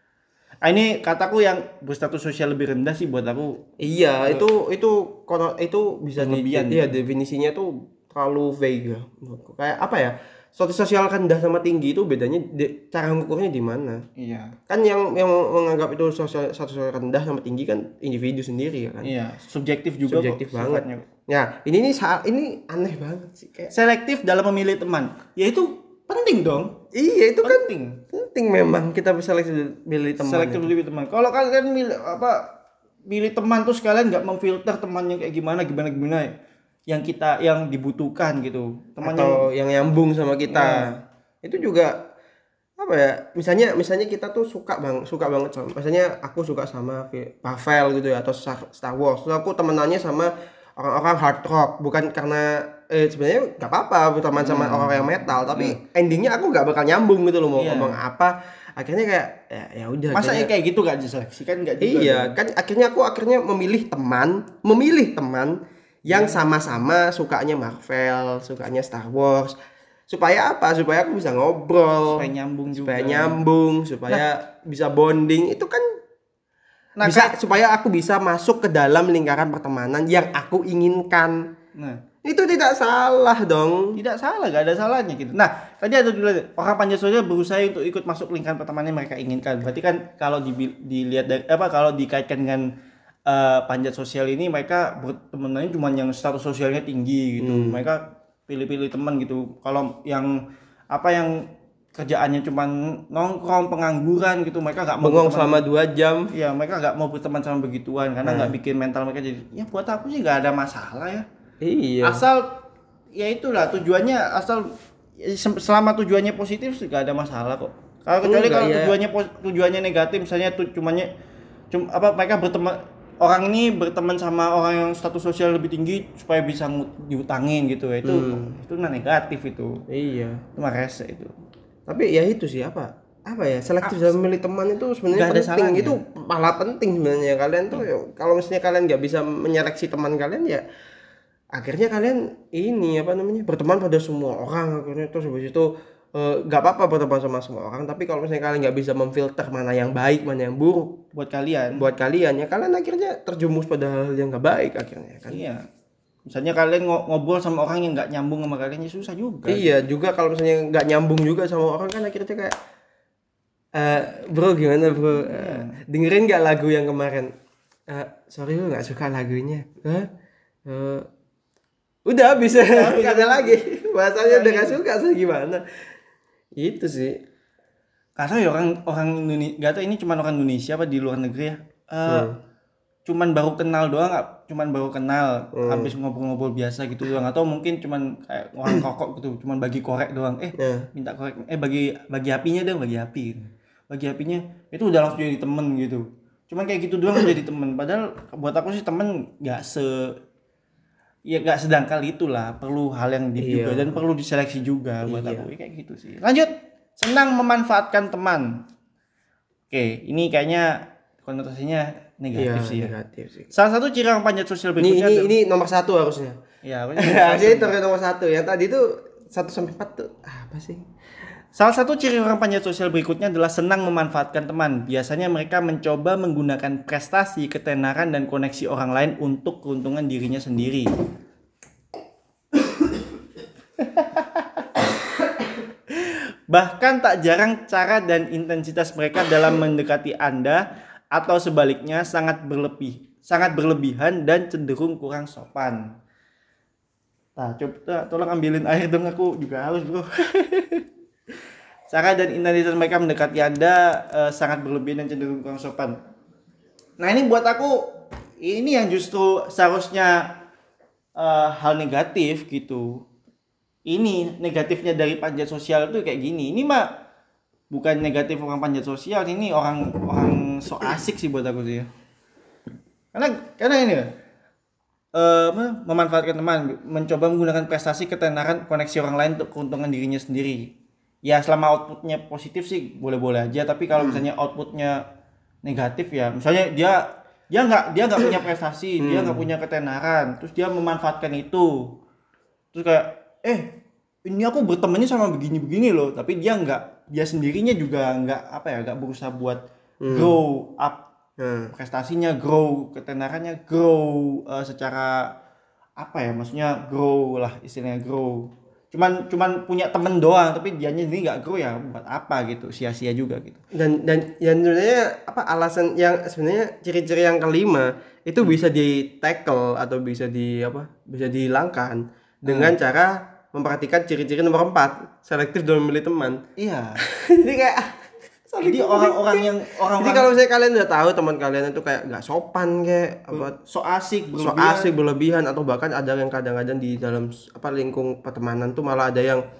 Ah, ini kataku yang berstatus sosial lebih rendah sih buat aku. Iya, itu itu kono itu bisa di Berlebihan iya definisinya tuh terlalu vague ya menurutku. Kayak apa ya? Status sosial rendah sama tinggi itu bedanya di, cara ngukurnya di mana? Iya. Kan yang yang menganggap itu sosial status sosial rendah sama tinggi kan individu sendiri ya kan. Iya, subjektif juga Subjektif kok banget. sifatnya. Ya, ini ini saat ini aneh banget sih kayak. Selektif dalam memilih teman. Ya itu penting dong. Iya, itu kan Penting. penting memang kita bisa milih teman. Selektif memilih teman. Kalau kalian milih apa milih teman terus kalian nggak memfilter temannya kayak gimana gimana gimana yang kita yang dibutuhkan gitu. Temannya Atau yang nyambung sama kita. Itu juga apa ya? Misalnya misalnya kita tuh suka bang suka banget sama. Misalnya aku suka sama Vi- Marvel gitu ya atau Star Star Wars. Terus aku temenannya sama orang-orang hard rock bukan karena eh sebenarnya nggak apa-apa berteman sama orang yang metal tapi endingnya aku nggak bakal nyambung gitu loh mau Iya. ngomong apa akhirnya kayak ya ya udah masa akhirnya- ya kayak gitu gak diseleksi kan nggak juga. iya kan akhirnya aku akhirnya memilih teman memilih teman yang sama-sama sukanya Marvel sukanya Star Wars supaya apa supaya aku bisa ngobrol Supaya nyambung juga. supaya nyambung supaya bisa bonding itu kan Nah, bisa supaya aku bisa masuk ke dalam lingkaran pertemanan yang aku inginkan Nah, itu tidak salah dong. tidak salah, gak ada salahnya gitu. Nah, tadi ada dulu orang panjat sosial berusaha untuk ikut masuk lingkaran pertemanan yang mereka inginkan. Berarti kan kalau di, dilihat dari apa kalau dikaitkan dengan uh, panjat sosial ini mereka bertemanannya cuma yang status sosialnya tinggi gitu. Hmm. Mereka pilih-pilih teman gitu. Kalau yang apa yang kerjaannya cuma nongkrong pengangguran gitu, mereka nggak mau Bengong berteman. selama dua jam. Ya, mereka nggak mau berteman sama begituan karena nggak bikin mental mereka jadi. Ya buat aku sih nggak ada masalah ya. Iya. Asal ya itulah tujuannya asal ya, sem- selama tujuannya positif sih gak ada masalah kok. Kalau kecuali Enggak, kalau ya. tujuannya pos- tujuannya negatif misalnya tu, cumanya cum, apa mereka berteman orang ini berteman sama orang yang status sosial lebih tinggi supaya bisa ngut- diutangin gitu ya. Itu Hmm. itu nah negatif itu. Iya. Itu mah rese itu. Tapi ya itu sih apa? Apa ya? Selektif dalam memilih teman itu sebenarnya Nggak ada penting. salahnya. Itu malah penting sebenarnya. Kalian tuh ya, kalau misalnya kalian nggak bisa menyeleksi teman kalian ya akhirnya kalian ini apa namanya berteman pada semua orang akhirnya terus habis itu eh, nggak apa-apa berteman sama semua orang tapi kalau misalnya kalian nggak bisa memfilter mana yang baik mana yang buruk Buat kalian. buat kalian ya kalian akhirnya terjumus pada hal yang nggak baik akhirnya kan Iya. Misalnya kalian ngo- ngobrol sama orang yang nggak nyambung sama kalian ya susah juga. iya juga kalau misalnya nggak nyambung juga sama orang kan akhirnya kayak eh bro gimana bro Eh, dengerin nggak lagu yang kemarin Eh, sorry lu nggak suka lagunya Hah? Eh, udah bisa nggak ada lagi bahasanya udah nggak suka sih gimana itu sih Karena ya orang orang Indonesia, gak tau ini cuma orang Indonesia apa di luar negeri ya. Eh, Hmm. Cuman baru kenal doang, nggak? Cuman baru kenal, habis ngobrol-ngobrol biasa gitu doang. Atau mungkin cuman kayak orang rokok gitu, cuman bagi korek doang. Eh, Ya. minta korek, eh bagi bagi apinya dong, bagi api. Bagi apinya, itu udah langsung jadi temen gitu. Cuman kayak gitu doang udah jadi temen. Padahal buat aku sih temen nggak se ya nggak sedangkal itulah, perlu hal yang deep juga Iya. dan perlu diseleksi juga buat Iya. aku. Ya, kayak gitu sih. Lanjut. Senang memanfaatkan teman. Oke, ini kayaknya konotasinya negatif Iya, sih ya. negatif sih. Salah satu ciri orang panjat sosial Ini berikutnya ini adalah- ini nomor satu harusnya. ya, aku Harusnya itu nomor satu. Yang tadi itu satu sampai empat tuh apa sih? Salah satu ciri orang panjat sosial berikutnya adalah senang memanfaatkan teman. Biasanya mereka mencoba menggunakan prestasi, ketenaran, dan koneksi orang lain untuk keuntungan dirinya sendiri. Bahkan tak jarang cara dan intensitas mereka dalam mendekati Anda atau sebaliknya sangat berlebih, sangat berlebihan dan cenderung kurang sopan. Nah, coba tolong ambilin air dong, aku juga haus, bro. Cara dan intensitas mereka mendekati Anda eh, sangat berlebihan dan cenderung kurang sopan. Nah, ini buat aku ini yang justru seharusnya eh, hal negatif gitu. Ini negatifnya dari panjat sosial itu kayak gini. Ini mah bukan negatif orang panjat sosial, ini orang orang so asik sih buat aku sih ya. Karena karena ini ya, eh, apa, memanfaatkan teman, mencoba menggunakan prestasi, ketenaran, koneksi orang lain untuk keuntungan dirinya sendiri. Ya selama outputnya positif sih boleh-boleh aja, tapi kalau misalnya outputnya negatif ya, misalnya dia dia nggak dia nggak punya prestasi, dia nggak punya ketenaran, terus dia memanfaatkan itu, terus kayak eh ini aku bertemannya sama begini-begini loh, tapi dia nggak dia sendirinya juga nggak apa ya nggak berusaha buat grow up Hmm. prestasinya, grow ketenarannya, grow eh, secara apa ya maksudnya grow lah istilahnya grow, cuman cuman punya temen doang tapi dianya ini nggak grow ya buat apa gitu, sia-sia juga gitu. Dan dan yang sebenarnya apa alasan yang sebenarnya ciri-ciri yang kelima itu bisa di tackle atau bisa di apa bisa dihilangkan dengan cara memperhatikan ciri-ciri nomor empat, selektif dalam memilih teman. Iya. Jadi kayak Jadi orang-orang yang orang jadi kalau misalnya kalian udah tahu teman kalian itu kayak nggak sopan kayak apa so asik so berlebihan, asik berlebihan atau bahkan ada yang kadang-kadang di dalam apa lingkung pertemanan tuh malah ada yang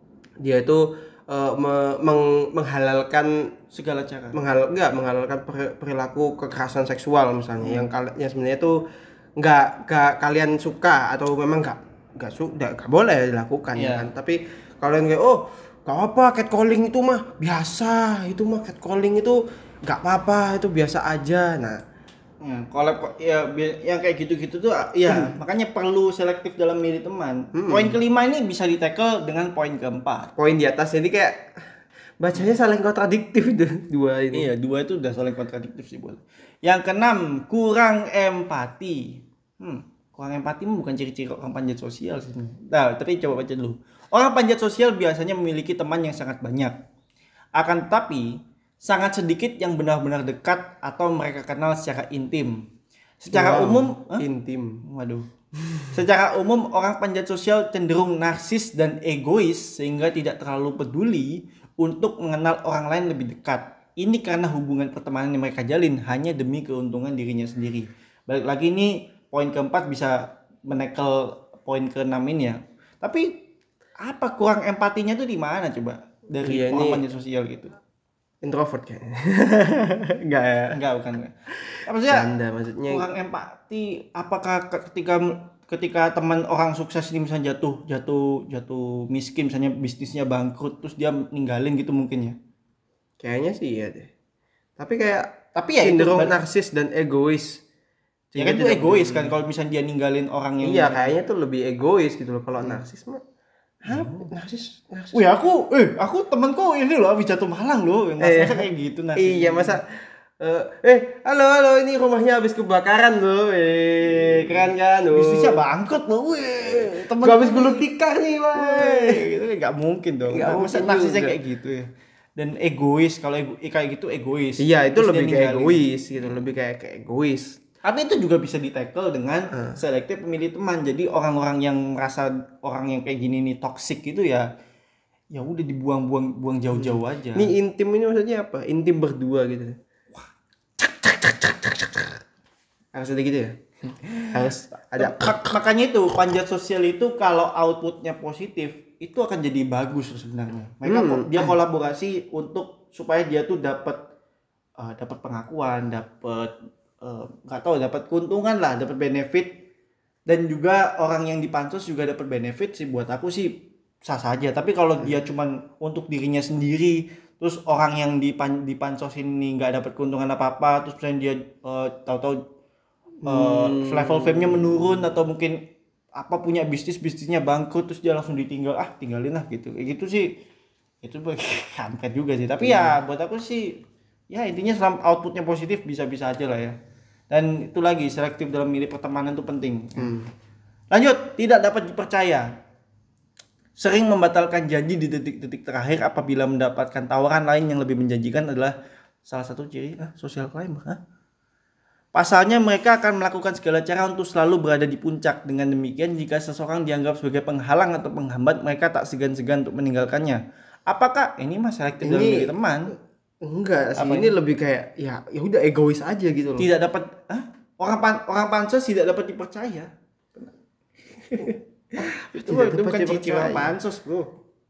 dia itu eh, me- meng- menghalalkan segala cara. menghal enggak menghalalkan peri- perilaku kekerasan seksual misalnya yang kal- yang sebenarnya itu nggak nggak kalian suka atau memang nggak nggak su nggak nggak boleh dilakukan ya Iya. kan, tapi kalian kayak oh gak apa catcalling itu mah biasa, itu mah catcalling itu nggak apa-apa, itu biasa aja. Nah Ya, kalau ya bi- yang kayak gitu-gitu tuh ya makanya perlu selektif dalam milih teman. Poin kelima ini bisa di-tackle dengan poin keempat. poin di atas ini kayak bacanya saling kontradiktif itu dua ini. Iya, dua itu udah saling kontradiktif sih boleh. Yang keenam, kurang empati. Hmm, kurang empati mah bukan ciri-ciri orang panjat sosial sih. Nah, tapi coba baca dulu. Orang panjat sosial biasanya memiliki teman yang sangat banyak. Akan tetapi, sangat sedikit yang benar-benar dekat atau mereka kenal secara intim. Secara Wow, umum, Hah? intim. Waduh. Secara umum orang panjat sosial cenderung narsis dan egois sehingga tidak terlalu peduli untuk mengenal orang lain lebih dekat. Ini karena hubungan pertemanan yang mereka jalin hanya demi keuntungan dirinya sendiri. Balik lagi nih poin keempat bisa menekel poin keenam ini ya. Tapi apa kurang empatinya tuh di mana coba dari Iya, orang ini- panjat sosial gitu? Introvert kayaknya. Enggak ya. Enggak, bukan. enggak. Apa sih? ya? Canda maksudnya. Kurang empati apakah ketika ketika teman orang sukses ini misalnya jatuh jatuh jatuh miskin misalnya bisnisnya bangkrut terus dia ninggalin gitu mungkin ya. Kayaknya sih iya deh. Tapi kayak Tapi ya itu cenderung ber- narsis dan egois. ya kan itu Sehingga tidak egois peduli. kan kalau misalnya dia ninggalin orang yang Iya, kayaknya tuh lebih egois gitu loh kalau narsis mah. Hah? Narsis, narsis. Wih aku, eh aku temanku ini loh habis jatuh Malang loh, yang Eh, masa kayak gitu nah. Iya, masa eh, eh halo halo ini rumahnya habis kebakaran loh. Eh, keren kan loh. Bisnisnya bangkrut loh, weh. Temen Gua habis gulung tikar nih, Bang. Weh, gitu kan nggak mungkin dong. Nggak Masa mungkin narsisnya juga. kayak gitu ya. Dan egois kalau ego, eh, kayak gitu egois. Iya, itu Terus dia lebih kayak ninggalin. egois gitu, lebih kayak kayak egois. Tapi itu juga bisa di-tackle dengan selektif memilih teman. Jadi orang-orang yang merasa orang yang kayak gini nih toxic gitu ya, ya udah dibuang-buang buang jauh-jauh aja. Ini intim ini maksudnya apa? Intim berdua gitu. Harus ada gitu ya? Harus ada. Mak- makanya itu panjat sosial itu kalau outputnya positif itu akan jadi bagus sebenarnya. Mereka Hmm. ko- dia kolaborasi untuk supaya dia tuh dapat eh, dapat pengakuan, dapat eh, nggak tahu dapat keuntungan lah, dapat benefit, dan juga orang yang dipansus juga dapat benefit sih. Buat aku sih sah saja. Tapi kalau dia cuman untuk dirinya sendiri terus orang yang di pan, di pansos ini nggak dapat keuntungan apa apa, terus misalnya dia uh, tahu-tahu uh, Hmm. level fame-nya menurun atau mungkin apa punya bisnis bisnisnya bangkrut terus dia langsung ditinggal, ah tinggalin lah gitu, kayak gitu sih itu bagi kampret juga sih. Tapi ya buat aku sih ya intinya selama outputnya positif bisa-bisa aja lah ya. Dan itu lagi selektif dalam milih pertemanan itu penting. Hmm. Lanjut, tidak dapat dipercaya. Sering membatalkan janji di detik-detik terakhir apabila mendapatkan tawaran lain yang lebih menjanjikan adalah salah satu ciri ah, social climber. Ah. Pasalnya mereka akan melakukan segala cara untuk selalu berada di puncak. Dengan demikian jika seseorang dianggap sebagai penghalang atau penghambat, mereka tak segan-segan untuk meninggalkannya. Apakah ini mah selektif dalam milih Ini teman? enggak sih, Apa ini lebih kayak ya ya udah egois aja gitu loh. Tidak dapat ah? Orang pan, orang pansos tidak dapat dipercaya. Itu Tidak dapat bukan ciri dipercaya. orang pansos, Bro.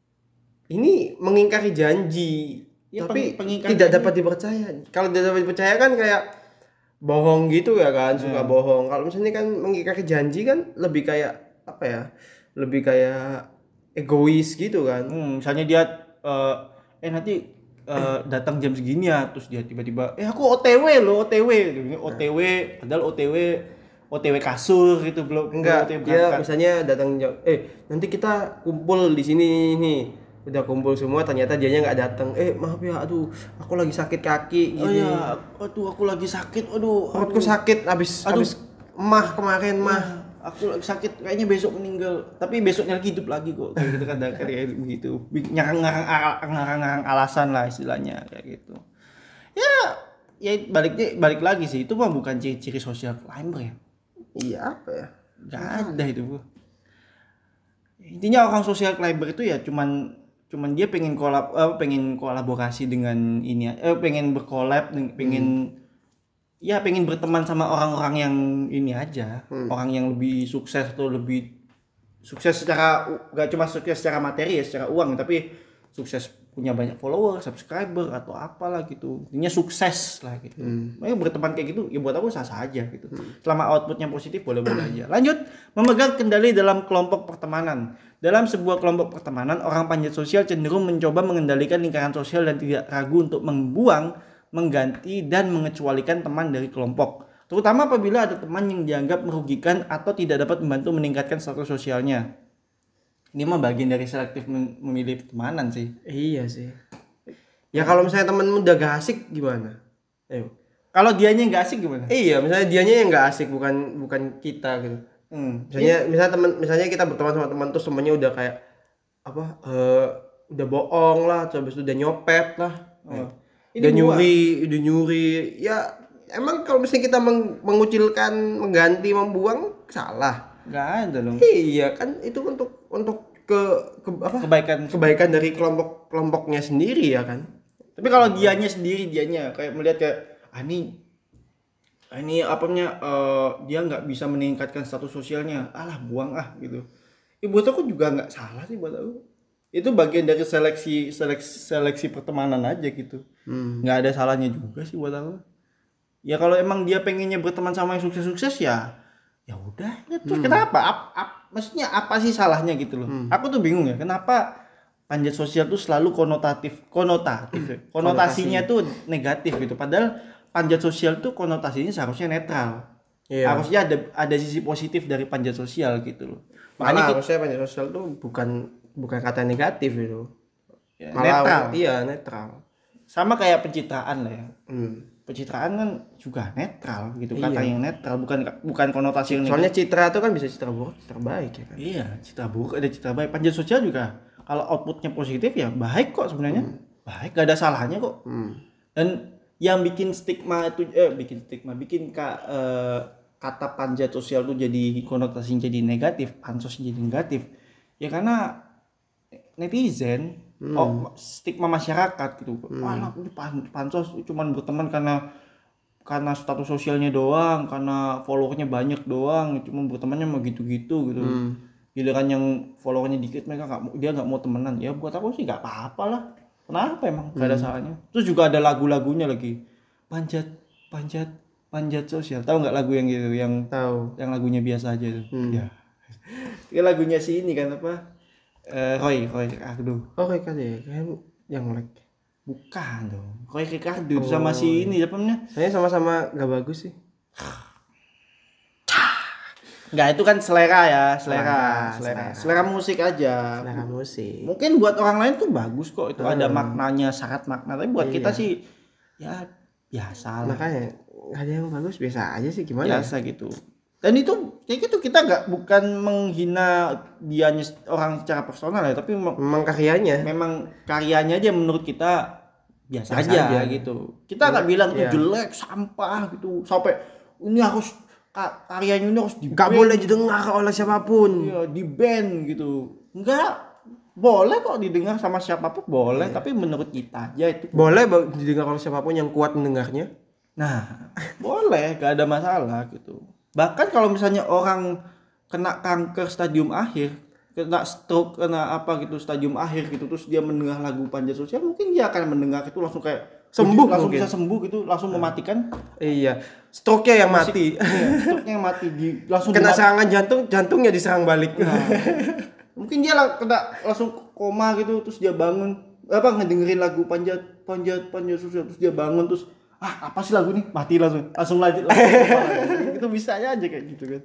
Ini mengingkari janji, Ya, tapi peng- pengingkari tidak janji. dapat dipercaya. Kalau tidak dapat dipercaya kan kayak bohong gitu ya kan, suka Hmm. bohong. Kalau misalnya kan mengingkari janji kan lebih kayak apa ya? Lebih kayak egois gitu kan. Hmm, misalnya dia eh, eh nanti eh, datang jam segini ya, terus dia tiba-tiba eh aku O T W loh, O T W. O T W padahal O T W O T W kasur gitu, belum belum O T W Enggak, dia berangkat. misalnya datang jam- eh nanti kita kumpul di sini nih. Udah kumpul semua ternyata dianya nggak datang. Eh maaf ya, aduh aku lagi sakit kaki Oh gini. ya, aduh aku lagi sakit, aduh, Perutku aduh. sakit abis Aduh. abis emah kemarin mah. Ah, aku lagi sakit, kayaknya besok meninggal, tapi besoknya lagi hidup lagi kok, kayak gitu kan, kayak begitu, ngarang-ngarang ngarang-ngarang alasan lah istilahnya kayak gitu. Ya, ya baliknya balik lagi sih, itu mah bukan ciri-ciri social climber ya, Iya apa ya? nggak ada itu bro. Intinya orang social climber itu ya cuman cuman dia pengen kolab, eh, pengen kolaborasi dengan ini, eh pengen berkolab, pengen ya pengen berteman sama orang-orang yang ini aja, orang yang lebih sukses atau lebih sukses secara gak cuma sukses secara materi ya, secara uang, tapi sukses punya banyak follower, subscriber atau apalah gitu. Intinya sukses lah gitu. Mereka berteman kayak gitu ya buat aku sah-sah aja gitu. Selama outputnya positif boleh-boleh aja. Lanjut, memegang kendali dalam kelompok pertemanan. Dalam sebuah kelompok pertemanan, orang panjat sosial cenderung mencoba mengendalikan lingkaran sosial dan tidak ragu untuk membuang, mengganti dan mengecualikan teman dari kelompok. Terutama apabila ada teman yang dianggap merugikan atau tidak dapat membantu meningkatkan status sosialnya. Ini mah bagian dari selektif memilih pertemanan sih. Iya sih. Ya kalau misalnya temenmu udah gak asik gimana? Ayo. Kalau dianya nggak asik gimana? Iya, misalnya dianya yang gak asik bukan bukan kita gitu. Hmm. Misalnya misalnya teman misalnya kita berteman sama teman terus temennya udah kayak apa? eh udah bohong lah, terus habis itu udah nyopet lah. Oh. Ini Udah buang. nyuri, udah nyuri. Ya emang kalau misalnya kita meng- mengucilkan, mengganti, membuang salah. Nggak ada dong. Iya kan itu untuk untuk ke, ke apa? Kebaikan. Kebaikan dari kelompok kelompoknya sendiri ya kan. Tapi kalau dianya sendiri, dianya kayak melihat kayak ah ini ah, ini apanya eh, dia nggak bisa meningkatkan status sosialnya, alah buang ah gitu. Ya buat aku juga nggak salah sih buat aku. Itu bagian dari seleksi seleksi seleksi pertemanan aja gitu. Nggak ada salahnya juga sih buat aku. Ya kalau emang dia pengennya berteman sama yang sukses-sukses ya ya udah. Ya, terus kenapa? Ap, ap, maksudnya apa sih salahnya gitu loh? Aku tuh bingung ya, kenapa panjat sosial tuh selalu konotatif, konotatif, ya. Konotasinya tuh negatif gitu. Padahal panjat sosial tuh konotasinya seharusnya netral. Iya. Harusnya ada ada sisi positif dari panjat sosial gitu loh. Malah Makanya kita, harusnya panjat sosial tuh bukan bukan kata negatif itu. ya, Malah netral. iya netral. Sama kayak pencitraan lah ya. Hmm. Pencitraan kan juga netral gitu, Iya. kata yang netral, bukan bukan konotasi yang negatif. Soalnya citra tuh kan bisa citra buruk, citra baik ya kan. Iya, citra buruk ada citra baik. Panjat sosial juga kalau outputnya positif ya baik kok sebenarnya. Baik, gak ada salahnya kok. Hmm. Dan yang bikin stigma itu eh bikin stigma, bikin ka, eh, kata panjat sosial tuh jadi konotasinya jadi negatif, pansos jadi negatif. Ya karena netizen, oh, stigma masyarakat gitu. Wah, ini pan- pansos cuman berteman karena karena status sosialnya doang, karena followernya banyak doang, cuma bertemannya mau gitu-gitu gitu. Giliran yang followernya dikit mereka nggak mau, dia nggak mau temenan. Ya buat aku sih nggak apa-apa lah. Kenapa emang gak ada salahnya? Terus juga ada lagu-lagunya lagi. Panjat, panjat, panjat sosial. Tahu nggak lagu yang gitu, yang Tahu. yang lagunya biasa aja tuh. Ya. Ini lagunya si ini kan apa? Eh, Roy, Roy, aduh. Oke kan ya, kan yang like. Bukan dong. Roy Ricardo itu sama si ini apa namanya? Saya sama-sama gak bagus sih. Enggak, itu kan selera ya, Selera, selera, selera, selera. selera musik aja. Selera musik. Mungkin buat orang lain tuh bagus kok, itu ada maknanya, syarat makna. Tapi buat kita sih ya biasa lah. Makanya gak ada yang bagus, biasa aja sih, gimana Biasa gitu. Dan itu kayak gitu, kita nggak bukan menghina dia orang secara personal ya, tapi ya? Memang karyanya. memang karyanya aja menurut kita biasa, Biasa aja, aja. gitu. Kita nggak bilang itu Iya. jelek, sampah gitu, sampai ini harus ka- karyanya ini harus di Gak boleh didengar oleh siapapun. iya, di ban gitu. Enggak, boleh kok didengar sama siapapun boleh, tapi menurut kita aja itu. Boleh ba- didengar oleh siapapun yang kuat mendengarnya. Nah, boleh, gak ada masalah gitu. Bahkan kalau misalnya orang kena kanker stadium akhir, kena stroke, kena apa gitu stadium akhir gitu, terus dia mendengar lagu Panja Sosial, mungkin dia akan mendengar itu langsung kayak Sembuh langsung mungkin. bisa sembuh gitu, langsung mematikan. Iya, stroke-nya yang mati. Iya, stroke-nya yang mati di langsung Kena dimati- serangan jantung, jantungnya diserang balik. Nah, mungkin dia lang- kena langsung koma gitu, terus dia bangun apa ngedengerin lagu panjat panjat panjat Sosial, terus dia bangun terus ah apa sih lagu ini, mati langsung langsung lanjut langsung. Itu bisa aja kayak gitu kan.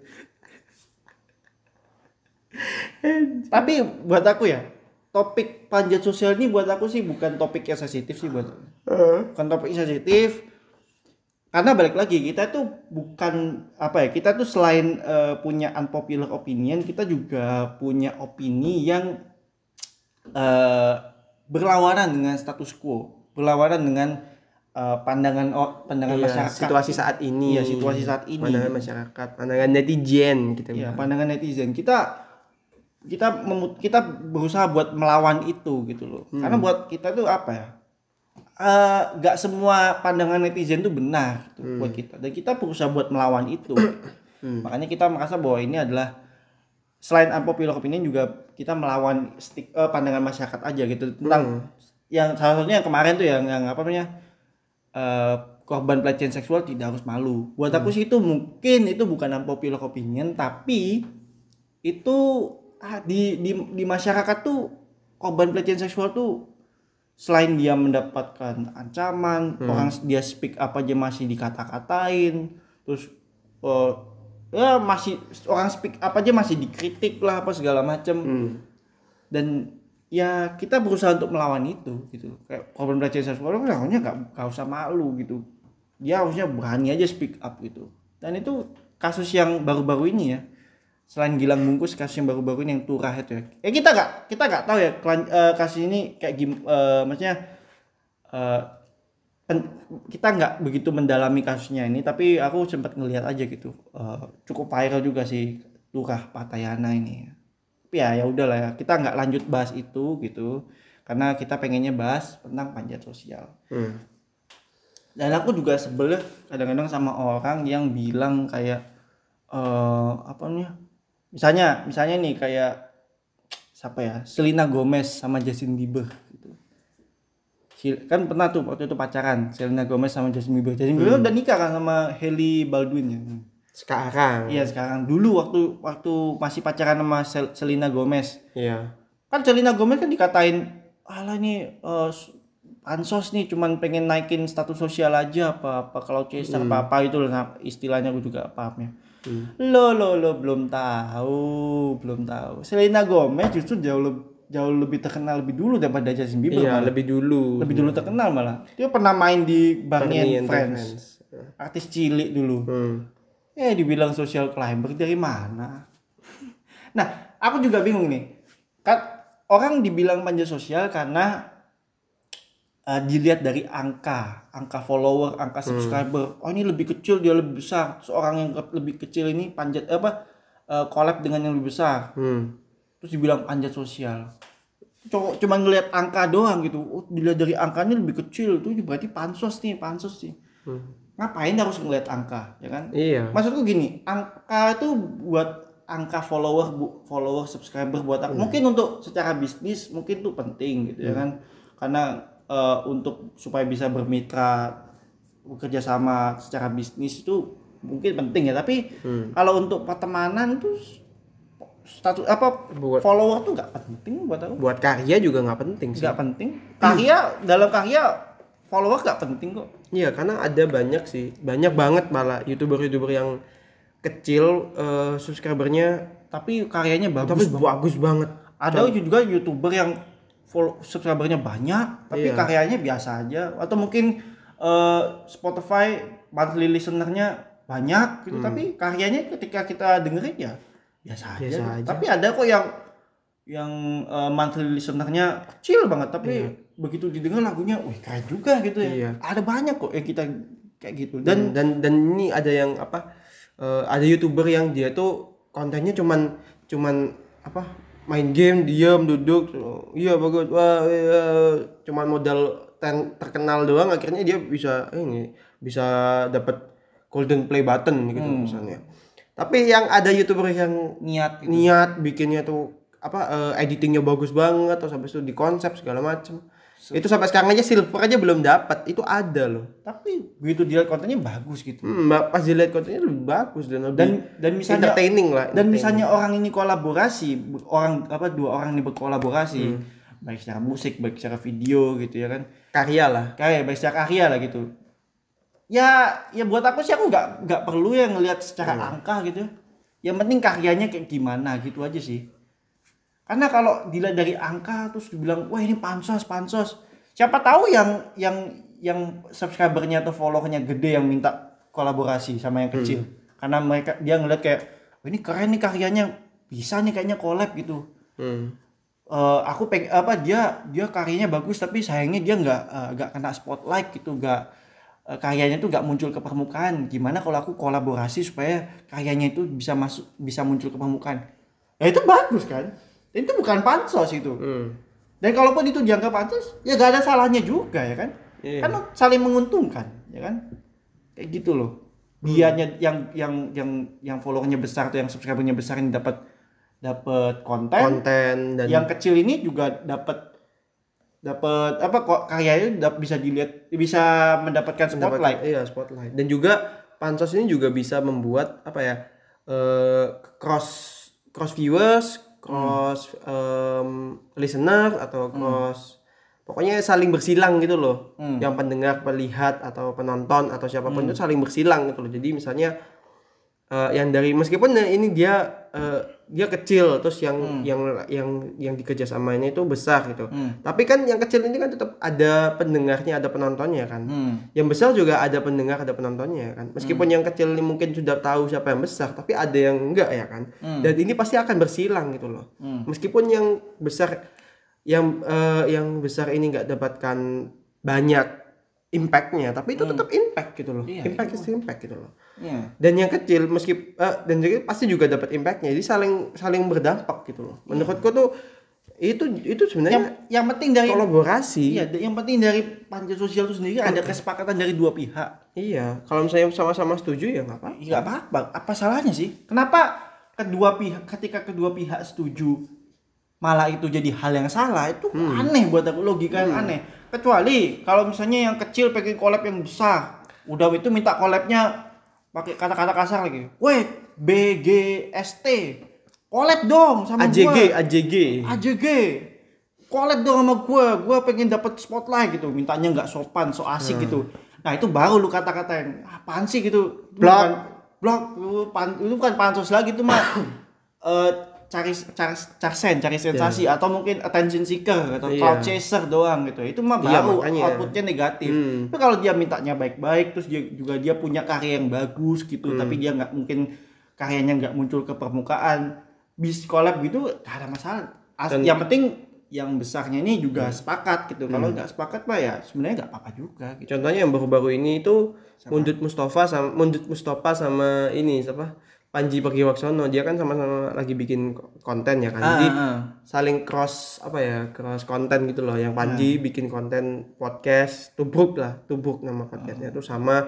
Tapi buat aku ya, topik panjat sosial ini buat aku sih bukan topik yang sensitif sih buat aku. Bukan topik yang sensitif. Karena balik lagi kita tuh bukan apa ya, kita tuh selain uh, punya unpopular opinion, kita juga punya opini yang uh, berlawanan dengan status quo, berlawanan dengan uh, pandangan oh, pandangan Iya, masyarakat, situasi saat ini. Iya, situasi saat ini. Pandangan masyarakat, pandangan netizen kita. Iya, bilang. pandangan netizen. Kita kita memut, kita berusaha buat melawan itu gitu loh. Hmm. Karena buat kita tuh apa ya? Uh, gak semua pandangan netizen tuh benar gitu Hmm. buat kita, dan kita berusaha buat melawan itu. Hmm. Makanya kita merasa bahwa ini adalah selain unpopular opinion juga kita melawan stik, uh, pandangan masyarakat aja gitu tentang Hmm. yang salah satunya yang kemarin tuh yang yang apa namanya uh, korban pelecehan seksual tidak harus malu. Buat aku sih itu mungkin itu bukan unpopular opinion, tapi itu ah, di di di masyarakat tuh korban pelecehan seksual tuh selain dia mendapatkan ancaman, Hmm. orang dia speak up aja masih dikata-katain, terus uh, ya masih orang speak up aja masih dikritik lah apa segala macam. Hmm. Dan ya kita berusaha untuk melawan itu gitu. Kayak korban pelecehan seksual kan harusnya nggak nggak usah malu gitu. Dia harusnya berani aja speak up gitu. Dan itu kasus yang baru-baru ini ya. Selain Gilang Bungkus, kasus yang baru-baru ini yang Turah itu ya. Ya kita nggak kita nggak tahu ya kelan- eh, kasus ini kayak gim, eh, maksudnya eh, pen- kita nggak begitu mendalami kasusnya ini, tapi aku sempat ngelihat aja gitu. Eh, cukup viral juga sih Turah Patayana ini. Tapi ya ya udahlah ya, kita nggak lanjut bahas itu gitu. Karena kita pengennya bahas tentang panjat sosial. Hmm. Dan aku juga sebel kadang-kadang sama orang yang bilang kayak eh apa namanya? Misalnya, misalnya nih kayak siapa ya? Selena Gomez sama Justin Bieber gitu. Si- Kan pernah tuh waktu itu pacaran Selena Gomez sama Justin Bieber. Justin Bieber udah nikah kan sama Hailey Baldwin ya. Sekarang. Iya, sekarang. Dulu waktu waktu masih pacaran sama Sel- Selena Gomez. Iya. Kan Selena Gomez kan dikatain, "Alah nih eh, pansos nih cuman pengen naikin status sosial aja apa apa kalau chaser Hmm. apa apa itu lah istilahnya, gue juga paham ya." Lo lo lo belum tahu, belum tahu. Selena Gomez justru jauh lebih jauh lebih terkenal lebih dulu daripada Justin Bieber. Iya, malah. lebih dulu. lebih dulu terkenal malah. Dia pernah main di Barney Barney and and Friends. Friends. Artis cilik dulu. Hmm. Eh dibilang social climber dari mana? Nah, aku juga bingung nih. Kan orang dibilang panjat sosial karena uh, dilihat dari angka, angka follower, angka subscriber. Oh, ini lebih kecil, dia lebih besar. Seorang yang ke- lebih kecil ini panjat apa? Uh, collab dengan yang lebih besar. Hmm. Terus dibilang panjat sosial. Cuma cuma ngelihat angka doang gitu. Oh, dilihat dari angkanya lebih kecil, itu berarti pansos nih, pansos sih. Hmm. Ngapain harus ngelihat angka, ya kan? Iya. Maksudku gini, angka itu buat angka follower, bu, follower, subscriber buat aku. Mungkin untuk secara bisnis mungkin itu penting gitu ya kan. Karena uh, untuk supaya bisa bermitra, bekerja sama secara bisnis itu mungkin penting ya. Tapi Hmm. kalau untuk pertemanan tuh status apa Buat- follower tuh nggak penting buat aku. Buat karya juga nggak penting sih. Nggak penting. Karya dalam karya follower nggak penting kok. Iya, karena ada banyak sih, banyak banget malah youtuber-youtuber yang kecil eh, subscribernya Tapi karyanya tapi bagus. bagus banget. Ada juga youtuber yang follow subscribernya banyak tapi Iya. karyanya biasa aja, atau mungkin eh, Spotify monthly listenernya banyak gitu tapi karyanya ketika kita dengerin ya biasa aja, Biasa gitu. aja. Tapi ada kok yang yang eh, monthly listenernya kecil banget tapi begitu didengar lagunya wih keren juga gitu ya. Iya. Ada banyak kok yang kita kayak gitu. Dan Dan dan dan ini ada yang apa? eh, ada youtuber yang dia tuh kontennya cuman cuman apa? Main game, diam, duduk. Iya bagus. Wah, iya. Cuman modal ten, terkenal doang akhirnya dia bisa eh, ini bisa dapat golden play button gitu misalnya. Tapi yang ada youtuber yang niat gitu. niat bikinnya tuh apa eh, editingnya bagus banget terus habis itu di konsep segala macem. Itu sampai sekarang aja silver aja belum dapat. Itu ada loh. Tapi begitu dilihat kontennya bagus gitu. Hmm, pas dilihat kontennya lebih bagus dan lebih Dan dan misalnya entertaining lah. dan entertaining. misalnya orang ini kolaborasi, orang apa dua orang ini berkolaborasi, baik secara musik, baik secara video gitu ya kan. karya lah. Kayak baik secara karya lah gitu. Ya, ya buat aku sih aku nggak nggak perlu ya ngelihat secara angka gitu. Yang penting karyanya kayak gimana gitu aja sih. Karena kalau dilihat dari angka terus dibilang wah ini pansos pansos. Siapa tahu yang yang yang subscribernya atau followernya gede yang minta kolaborasi sama yang kecil. Karena mereka dia ngeliat kayak oh, ini keren nih karyanya, bisa nih kayaknya collab gitu. Hmm. Eh, aku peng apa dia dia karyanya bagus tapi sayangnya dia nggak eh, nggak kena spotlight gitu, nggak eh, karyanya tuh nggak muncul ke permukaan. Gimana kalau aku kolaborasi supaya karyanya itu bisa masuk bisa muncul ke permukaan? Ya itu bagus kan? Itu bukan pansos itu. Hmm. Dan kalaupun itu dianggap pansos, ya gak ada salahnya juga ya kan? Iya. Kan saling menguntungkan, ya kan? Kayak gitu loh. Dianya yang yang yang yang followernya besar atau yang subscribernya besar ini dapat dapat konten, Konten dan yang kecil ini juga dapat dapat apa kok karyanya dap- bisa dilihat bisa mendapatkan spotlight. Iya, spotlight. Dan juga pansos ini juga bisa membuat apa ya? eh, cross cross viewers, cross em, listener atau cross pokoknya saling bersilang gitu loh. Yang pendengar, pelihat atau penonton atau siapapun itu saling bersilang gitu loh. Jadi misalnya eh, yang dari meskipun ini dia eh, dia kecil terus yang yang yang yang dikerja samanya itu besar gitu. Tapi kan yang kecil ini kan tetap ada pendengarnya, ada penontonnya kan. Yang besar juga ada pendengar, ada penontonnya kan. Meskipun yang kecil ini mungkin sudah tahu siapa yang besar, tapi ada yang enggak ya kan. Dan ini pasti akan bersilang gitu loh. Meskipun yang besar yang eh, yang besar ini enggak dapatkan banyak impactnya, tapi itu tetap impact gitu loh. Iya, Impact is impact gitu loh. Iya. Dan yang kecil meski eh, dan juga pasti juga dapat impactnya. Jadi saling saling berdampak gitu loh. Menurutku tuh itu itu Yang sebenarnya yang penting dari kolaborasi. iya, yang penting dari panjat sosial itu sendiri ada kesepakatan dari dua pihak. Iya, kalau misalnya sama-sama setuju ya nggak apa. Iya apa-apa. Apa salahnya sih? Kenapa kedua pihak ketika kedua pihak setuju malah itu jadi hal yang salah? Itu aneh buat aku, logika yang aneh. Kecuali kalau misalnya yang kecil pengen collab yang besar, udah itu minta collabnya pakai kata-kata kasar lagi. Weh, B G S T. Collab dong sama A J G, gua. A J G. A J G. Collab dong sama gua. Gua pengen dapat spotlight gitu. Mintanya nggak sopan, so asik gitu. Nah, itu baru lu kata-katain. Apaan sih gitu? Itu Blok. bukan- Blok. Itu, pan- itu bukan pansos lagi, itu mah eh, cari cari cari sen, cari sensasi atau mungkin attention seeker atau Iya. cloud chaser doang gitu. Itu mah Iya, baru makanya. outputnya negatif. Hmm. Tapi kalau dia mintanya baik-baik, terus dia juga dia punya karya yang bagus gitu, tapi dia nggak mungkin karyanya nggak muncul ke permukaan, bis collab gitu gak ada masalah. As- Dan- yang penting yang besarnya ini juga sepakat gitu. Kalau nggak sepakat mah ya sebenarnya nggak apa-apa juga gitu. Contohnya yang baru-baru ini itu Mundut Mustafa sama Mundut Mustafa sama ini siapa? Panji Pragiwaksono. Dia kan sama-sama lagi bikin konten ya kan. Jadi ah. saling cross apa ya? Cross konten gitu loh. Yang Panji bikin konten podcast Tubruk lah, Tubruk nama podcastnya tuh sama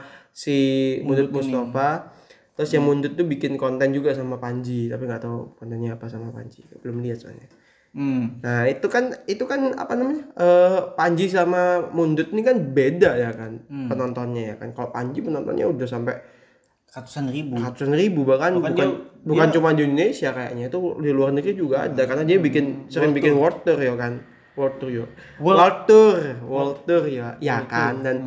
si Mundut Mustafa. Terus yang Mundut tuh bikin konten juga sama Panji, tapi nggak tahu kontennya apa sama Panji. Belum lihat soalnya. Hmm. Nah itu kan itu kan apa namanya eh Panji sama Mundut ini kan beda ya kan penontonnya ya kan. Kalau Panji penontonnya udah sampai Ratusan ribu. ratusan ribu bahkan Bahkan bukan dia bukan Dia- cuma di Indonesia kayaknya, itu di luar negeri juga ada karena dia bikin sering World bikin tour. world tour ya kan. World tour ya. World- World tour, world tour ya. Ya World kan tour. dan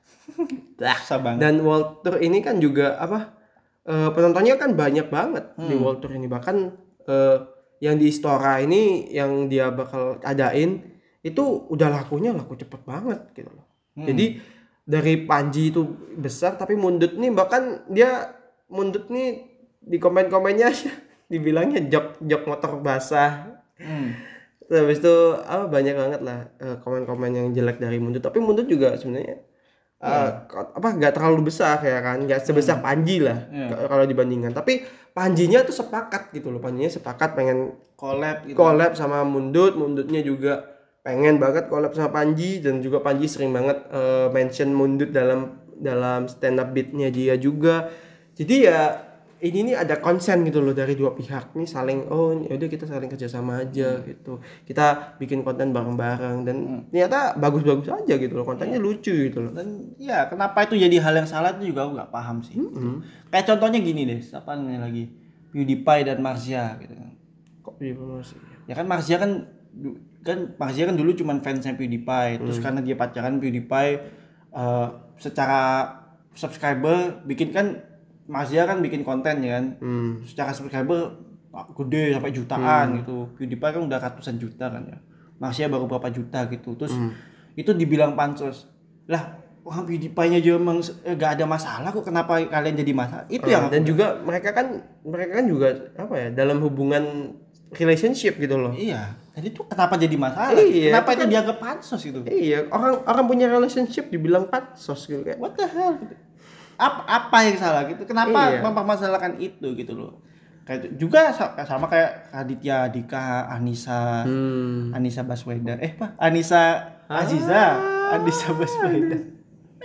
Dah. Susah banget. Dan world tour ini kan juga apa? eh, penontonnya kan banyak banget di Hmm. world tour ini, bahkan eh, yang di Istora ini yang dia bakal adain itu udah lakunya laku cepet banget gitu loh. Hmm. Jadi dari Panji itu besar tapi Mundut nih bahkan dia Mundut nih di komen-komennya dibilangnya jok jok motor basah. Hmm. Terus habis itu apa banyak banget lah eh, komen-komen yang jelek dari Mundut, tapi Mundut juga sebenarnya eh, ko- apa nggak terlalu besar ya kan, nggak sebesar Panji lah Iya. k- kalau dibandingkan. Tapi Panjinya tuh sepakat gitu loh, Panjinya sepakat pengen Collab gitu. collab sama Mundut, Mundutnya juga pengen banget collab sama Panji, dan juga Panji sering banget eh, mention Mundut dalam dalam stand up beatnya dia juga. Jadi ya ini nih ada konsen gitu loh dari dua pihak nih saling oh yaudah kita saling kerjasama aja gitu, kita bikin konten bareng-bareng dan ternyata bagus-bagus aja gitu loh, kontennya lucu gitu loh. Dan ya kenapa itu jadi hal yang salah itu juga aku nggak paham sih. Kayak contohnya gini deh, siapa namanya lagi PewDiePie dan Marzia gitu kan. Kok dipromosi? Ya kan Marzia kan du- kan Marzia kan dulu cuman fansnya PewDiePie, terus karena dia pacaran PewDiePie eh, secara subscriber bikin kan Marzia kan bikin konten ya kan. Hmm. Secara subscriber ah, gede sampai jutaan gitu. PewDiePie kan udah ratusan juta kan ya. Marzia baru berapa juta gitu. Terus itu dibilang pansos. Lah, orang PewDiePie-nya juga emang eh, gak ada masalah kok, kenapa kalian jadi masalah? Itu yang Ah, dan juga mereka kan mereka kan juga apa ya dalam hubungan relationship gitu loh. iya. Jadi itu kenapa jadi masalah? Iya, kenapa itu itu kan- dianggap pansos gitu? Iya, orang orang punya relationship dibilang pansos gitu kayak. What the hell? Apa apa yang salah gitu? Kenapa Iya. mempermasalahkan itu gitu loh? Kayak juga sa- sama kayak Raditya Dika, Anissa, Hmm. Anissa Baswedan. Eh, apa? Anissa Aziza, Anissa Baswedan.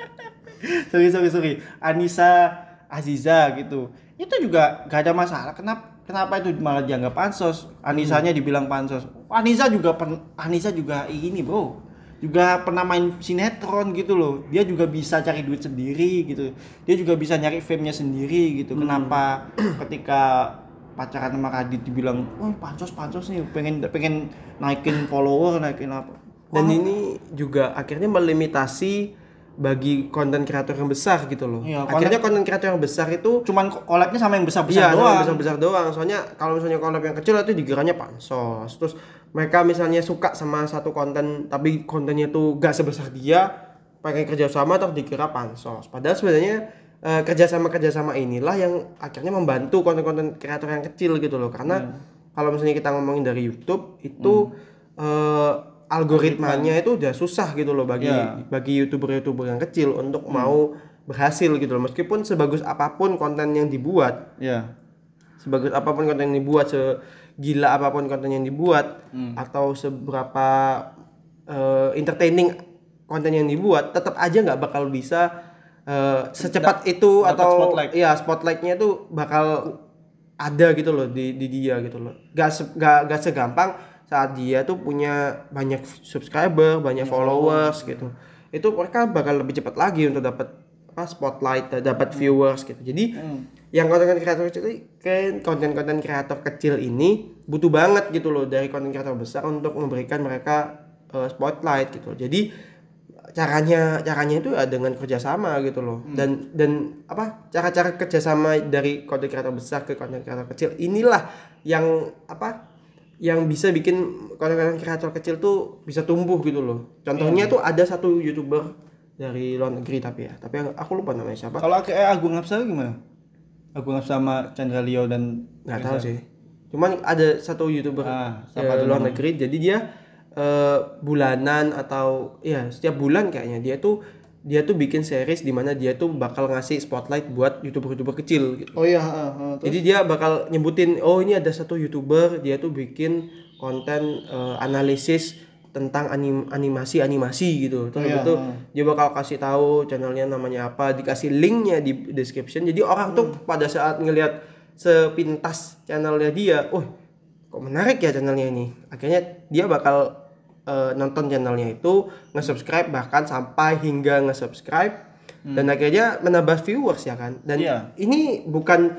sorry sorry sorry. Anissa Aziza gitu. Itu juga gak ada masalah. Kenapa kenapa itu malah dianggap pansos? Anissanya dibilang pansos. Anissa juga pen, Anissa juga ini, Bro. Juga pernah main sinetron gitu loh. Dia juga bisa cari duit sendiri gitu. Dia juga bisa nyari fame-nya sendiri gitu. Kenapa ketika pacaran sama Radit dibilang, "Oh, pansos pansos nih, pengen pengen naikin follower, naikin apa." Dan Wah, ini juga akhirnya melimitasi bagi konten kreator yang besar gitu loh. Iya, Akhirnya konten kreator yang besar itu cuman collab-nya sama yang besar-besar iya, doang. besar-besar doang. Soalnya kalau misalnya collab yang kecil itu dikiranya pansos. Terus mereka misalnya suka sama satu konten tapi kontennya tuh gak sebesar dia, pengen kerja sama terus dikira pansos. Padahal sebenarnya eh, kerjasama-kerjasama inilah yang akhirnya membantu konten-konten kreator yang kecil gitu loh. Karena kalau misalnya kita ngomongin dari YouTube itu eh, algoritmanya itu udah susah gitu loh bagi Iya. bagi youtuber-youtuber yang kecil untuk mau berhasil gitu loh. Meskipun sebagus apapun konten yang dibuat, Iya. sebagus apapun konten yang dibuat, segila apapun konten yang dibuat, atau seberapa eh, entertaining konten yang dibuat, tetap aja nggak bakal bisa eh, secepat itu dapat atau spotlight. iya spotlightnya tuh bakal ada gitu loh di, di dia gitu loh. Gak, se, gak, gak segampang saat dia tuh punya banyak subscriber, banyak followers gitu. Itu mereka bakal lebih cepat lagi untuk dapat apa spotlight, dapat viewers gitu. Jadi yang konten kreator kecil ini- kan konten-konten kreator kecil ini butuh banget gitu loh dari konten kreator besar untuk memberikan mereka eh, spotlight gitu. Jadi caranya caranya itu ya dengan kerjasama gitu loh. Dan dan apa cara-cara kerjasama dari konten kreator besar ke konten kreator kecil inilah yang apa yang bisa bikin konten kreator kecil tuh bisa tumbuh gitu loh. Contohnya tuh ada satu YouTuber dari luar negeri tapi ya, tapi aku lupa namanya siapa. Kalau kayak Agung Hapsah gimana? Agung Hapsah sama Chandra Leo dan Nggak tahu sih. Cuman ada satu YouTuber Ah, eh, siapa tuh luar namanya? negeri, jadi dia eh, bulanan atau ya setiap bulan kayaknya dia tuh dia tuh bikin series di mana dia tuh bakal ngasih spotlight buat YouTuber-YouTuber kecil gitu. Oh iya, heeh, heeh. Jadi dia bakal nyebutin, oh ini ada satu YouTuber, dia tuh bikin konten eh, analisis tentang anim animasi-animasi gitu. Terus Oh iya, habis itu heeh. dia bakal kasih tahu channelnya namanya apa, dikasih linknya di description. Jadi orang tuh pada saat ngelihat sepintas channelnya dia, oh kok menarik ya channelnya ini. Akhirnya dia bakal eh, nonton channelnya itu, nge-subscribe bahkan sampai hingga nge-subscribe dan akhirnya menambah viewers ya kan. Dan Iya. ini bukan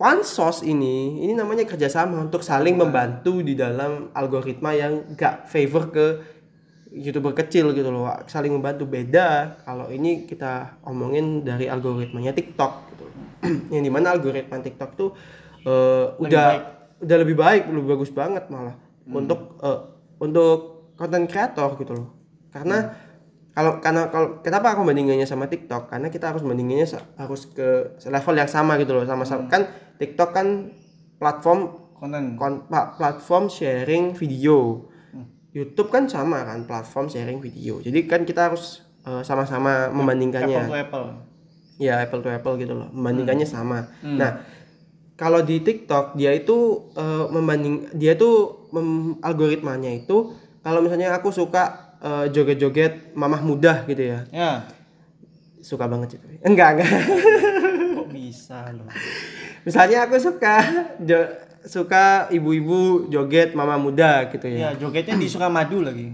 pansos ini ini namanya kerjasama untuk saling membantu di dalam algoritma yang gak favor ke YouTuber kecil gitu loh, saling membantu. Beda kalau ini kita omongin dari algoritmanya TikTok gitu. Yang dimana algoritma TikTok tuh uh, udah baik. udah lebih baik, lebih bagus banget malah hmm. untuk uh, untuk konten kreator gitu loh. Karena hmm. kalau karena kalau kenapa aku bandingannya sama TikTok? Karena kita harus bandingannya harus ke level yang sama gitu loh, sama-sama. Hmm. Kan TikTok kan platform konten kon, platform sharing video. Hmm. YouTube kan sama kan, platform sharing video. Jadi kan kita harus uh, sama-sama membandingkannya. Apple to Apple. Ya, Apple to Apple gitu loh. Membandingkannya hmm. sama. Hmm. Nah, kalau di TikTok dia itu uh, membanding dia tuh mem, algoritmanya itu kalau misalnya aku suka uh, joget-joget mamah muda gitu ya. Ya. Suka banget itu. Enggak, enggak. Kok bisa loh. Misalnya aku suka jo, suka ibu-ibu joget mama muda gitu ya. Ya, jogetnya di Sukamadu lagi.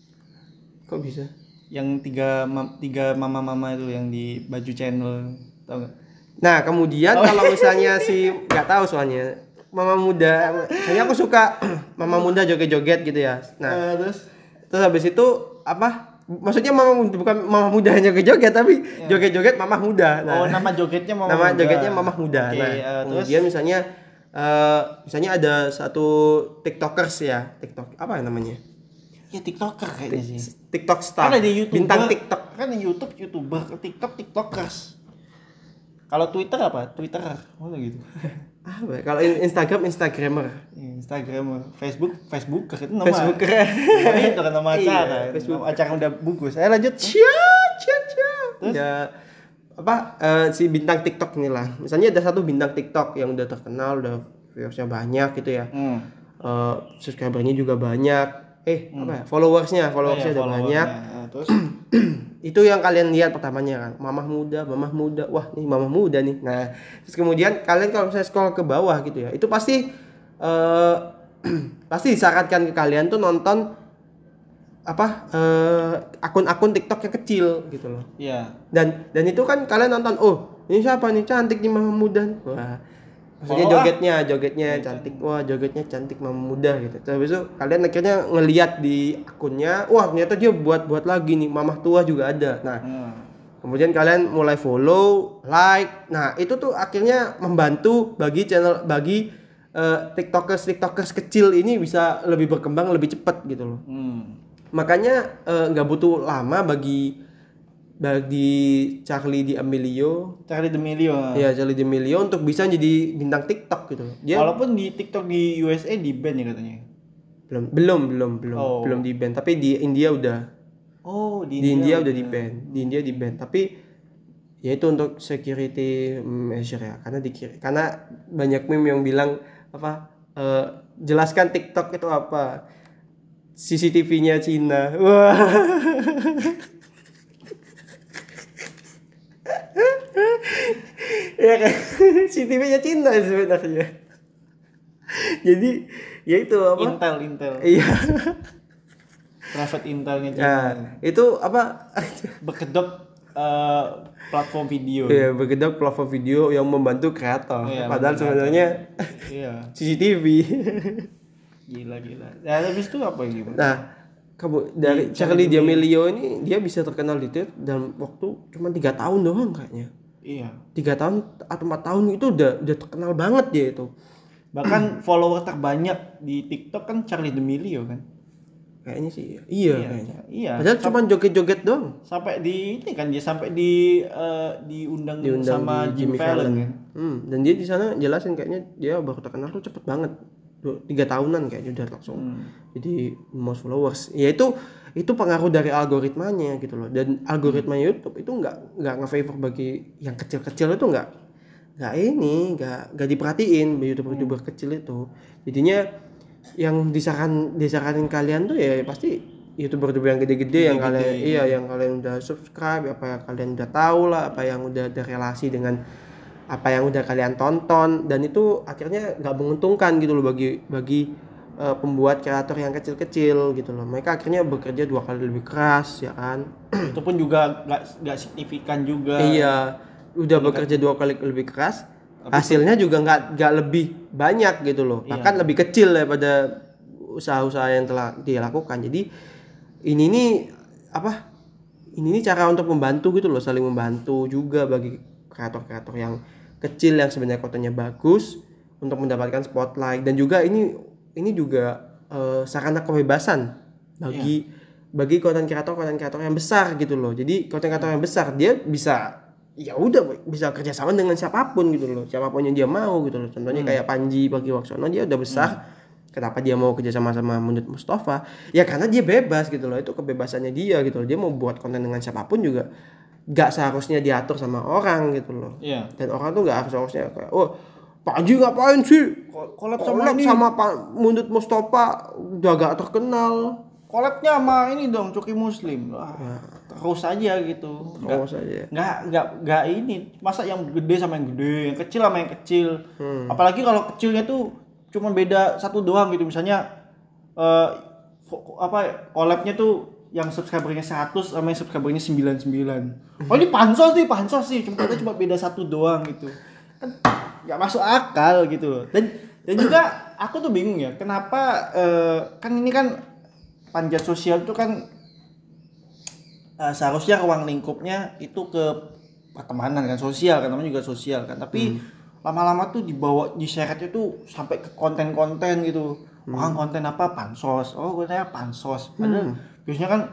Kok bisa? Yang tiga tiga mama-mama itu yang di baju channel, tau gak? Nah, kemudian oh. kalau misalnya si nggak tahu soalnya mama muda, misalnya aku suka mama muda joget-joget gitu ya. Nah, uh, terus terus habis itu apa? Maksudnya mama bukan mama muda hanya joget-joget tapi ya. joget-joget mama muda. Nah, oh, nama jogetnya mama nama muda. jogetnya mama muda. Okay, nah, uh, kemudian terus? misalnya uh, misalnya ada satu TikTokers ya, TikTok apa namanya? Ya TikToker kayaknya sih. TikTok star. Kan ada YouTuber, bintang TikTok. Kan ada YouTube YouTuber, TikTok TikTokers. Kalau Twitter apa? Twitterer. Oh gitu. Ah, kalau Instagram Instagramer. Instagramer, Facebook Facebooker itu nama. Facebooker. Itu kan nama acara. Iya, Facebook. Acara udah bungkus. Ayo lanjut. Cia, cia, cia. Ya apa uh, si bintang TikTok inilah. Misalnya ada satu bintang TikTok yang udah terkenal, udah viewersnya banyak gitu ya. Hmm. Uh, subscribernya juga banyak. Eh, hmm. apa ya? Followersnya, followersnya oh, iya, udah banyak. Nah, terus itu yang kalian lihat pertamanya kan, mamah muda, mamah muda. Wah, nih mamah muda nih. Nah, terus kemudian kalian kalau misalnya scroll ke bawah gitu ya, itu pasti uh, pasti disarankan ke kalian tuh nonton apa uh, akun-akun TikTok yang kecil gitu loh. Iya. Dan dan itu kan kalian nonton, oh, ini siapa nih cantik nih mamah muda. Wah. Maksudnya oh, jogetnya, jogetnya ah. cantik. Wah, jogetnya cantik mama muda gitu. Terus habis itu kalian akhirnya ngelihat di akunnya, wah ternyata dia buat-buat lagi nih, mamah tua juga ada. Nah, hmm. kemudian kalian mulai follow, like. Nah, itu tuh akhirnya membantu bagi channel bagi uh, TikTokers TikTokers kecil ini bisa lebih berkembang lebih cepat gitu loh. Hmm. Makanya nggak uh, butuh lama bagi bagi Charli D'Amelio, Charli D'Amelio. Iya, Charli D'Amelio untuk bisa jadi bintang TikTok gitu. Dia walaupun di TikTok di U S A di ban ya katanya. Belum, belum, belum, belum, oh. belum di ban. Tapi di India udah. Oh, di, di India, India udah di ban. Di India di ban. Tapi ya itu untuk security measure ya. Karena dikira, karena banyak meme yang bilang apa? Uh, jelaskan TikTok itu apa? C C T V-nya Cina. Wah. Ya kan C C T V-nya Cina sebenarnya. Jadi ya itu apa? Intel Intel. Iya. Private Intelnya Cina. Nah, itu apa? Berkedok uh, platform video. Iya, berkedok platform video yang membantu kreator. Iya, padahal sebenarnya iya. C C T V. Gila gila. Nah, habis itu apa gitu? Nah, kamu dari Charli D'Amelio ini dia bisa terkenal di Twitter dalam waktu cuma tiga tahun doang kayaknya. Iya. tiga tahun atau empat tahun itu udah udah terkenal banget dia itu. Bahkan follower terbanyak di TikTok kan Charli D'Amelio kan. Kayaknya sih iya, iya kayaknya. Iya. Padahal cuma joget-joget doang. Sampai di ini kan dia sampai di uh, diundang, diundang sama di Jimmy Fallon kan. Hmm, dan dia di sana jelasin kayaknya dia baru terkenal tuh cepet banget. tiga tahunan kayaknya udah langsung hmm. jadi most followers. Ya itu itu pengaruh dari algoritmanya gitu loh. Dan algoritma hmm. YouTube itu nggak nggak nge-favor bagi yang kecil-kecil itu nggak nggak ini nggak nggak diperhatiin youtuber-youtuber hmm. kecil itu. Jadinya yang disaran disaranin kalian tuh ya pasti youtuber-youtuber yang gede-gede yang kalian iya yang kalian udah subscribe, apa yang kalian udah tahu lah, apa yang udah ada relasi dengan apa yang udah kalian tonton, dan itu akhirnya nggak menguntungkan gitu loh bagi bagi uh, pembuat kreator yang kecil-kecil gitu loh. Mereka akhirnya bekerja dua kali lebih keras ya kan. Itu pun juga nggak nggak signifikan juga. Iya, udah bekerja dua kali lebih keras, hasilnya juga nggak nggak lebih banyak gitu loh, Iya. bahkan lebih kecil daripada usaha-usaha yang telah dia lakukan. Jadi ini nih apa ini nih cara untuk membantu gitu loh, saling membantu juga bagi kreator-kreator yang kecil yang sebenarnya kontennya bagus untuk mendapatkan spotlight. Dan juga ini ini juga eh, sarana kebebasan bagi bagi konten kreator konten kreator yang besar gitu loh. Jadi konten kreator yang besar dia bisa ya udah bisa kerjasama dengan siapapun gitu loh, siapapun yang dia mau gitu loh. Contohnya kayak Panji Pragiwaksono, dia udah besar. Kenapa dia mau kerja sama sama Mundut Mustafa? Ya karena dia bebas gitu loh, itu kebebasannya dia gitu loh. Dia mau buat konten dengan siapapun juga gak seharusnya diatur sama orang gitu loh. Iya. Dan orang tuh gak harus harusnya kayak, oh Panji ngapain sih? Collab sama Collab ini. sama Pak Mundut Mustafa udah gak terkenal. Collabnya sama ini dong, Coki Muslim. Wah, terus aja gitu. Nggak, Terus aja. nggak, nggak, nggak ini. Masa yang gede sama yang gede, yang kecil sama yang kecil. Hmm. Apalagi kalau kecilnya tuh cuma beda satu doang gitu. Misalnya eh fo- apa collabnya tuh yang subscribernya seratus sama yang subscribernya sembilan puluh sembilan. Oh ini pansos nih, pansos sih. Cuma kita cuma beda satu doang gitu. Kan nggak masuk akal gitu loh. Dan dan juga aku tuh bingung ya, kenapa eh, kan ini kan panjat sosial itu kan uh, seharusnya ruang lingkupnya itu ke pertemanan kan, sosial kan, namanya juga sosial kan, tapi lama-lama tuh dibawa diseretnya tuh sampai ke konten-konten gitu. Orang konten apa pansos, oh kontennya pansos, padahal biasanya kan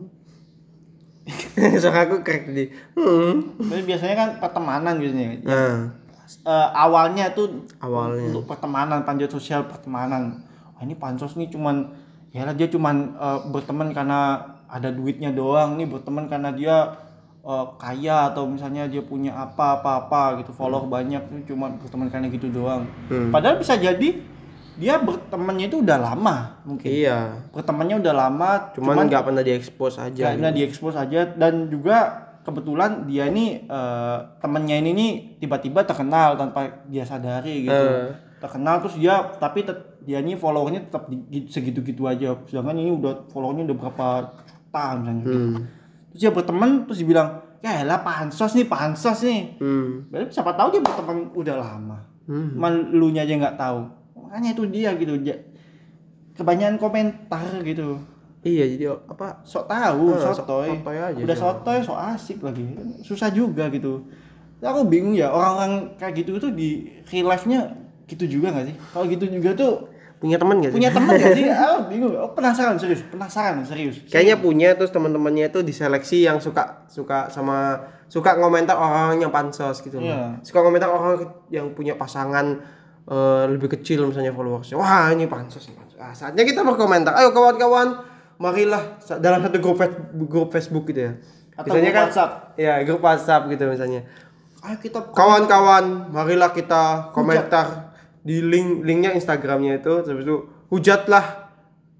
Soalnya aku crack tadi. Hmm. tapi biasanya kan pertemanan biasanya. Nah, Uh, awalnya tuh Awalnya. untuk pertemanan, panjat sosial pertemanan. Wah, ini pansos nih cuman ya lah dia cuman uh, berteman karena ada duitnya doang, nih berteman karena dia uh, kaya atau misalnya dia punya apa apa apa gitu, follower banyak, nih cuma berteman karena gitu doang. Hmm. Padahal bisa jadi dia bertemannya itu udah lama mungkin. Iya. Bertemannya udah lama, Cuman nggak pernah diekspos aja. karena diekspos aja. Dan juga kebetulan dia ini uh, temennya ini nih tiba-tiba terkenal tanpa dia sadari gitu. Eh. Terkenal terus dia tapi tet, dia ini followernya tetap di, segitu-gitu aja. Sedangkan ini udah followernya udah berapa juta misalnya. Hmm. Terus dia berteman terus dibilang, "Ya elah pansos nih, pansos nih." Hmm. Berarti siapa tahu dia berteman udah lama. Hmm. Malunya aja nggak tahu. Makanya itu dia gitu. Dia, kebanyakan komentar gitu. Iya, jadi apa? Sok tahu, Ah, sok- sotoy. sotoy aja Udah sih. sotoy, sok asik lagi. Susah juga gitu. Ya, aku bingung ya, orang-orang kayak gitu tuh di real life-nya gitu juga gak sih? Kalau gitu juga tuh Punya teman gak sih? punya teman gak sih? Ah, bingung. Oh, penasaran serius, penasaran serius. Kayaknya punya, terus teman-temannya itu diseleksi yang suka suka sama suka ngomentar orang yang pansos gitu loh. Iya. Suka ngomentar orang yang punya pasangan eh, lebih kecil misalnya followersnya. Wah, ini pansos nih, pansos. Ah, saatnya kita berkomentar. Ayo kawan-kawan, marilah sa- dalam satu grup Face- grup Facebook gitu ya. Atau Misalnya grup kan, WhatsApp. ya, grup WhatsApp gitu misalnya. Ayo kita Kawan-kawan, marilah kita komentar di link linknya Instagramnya itu, terus itu hujatlah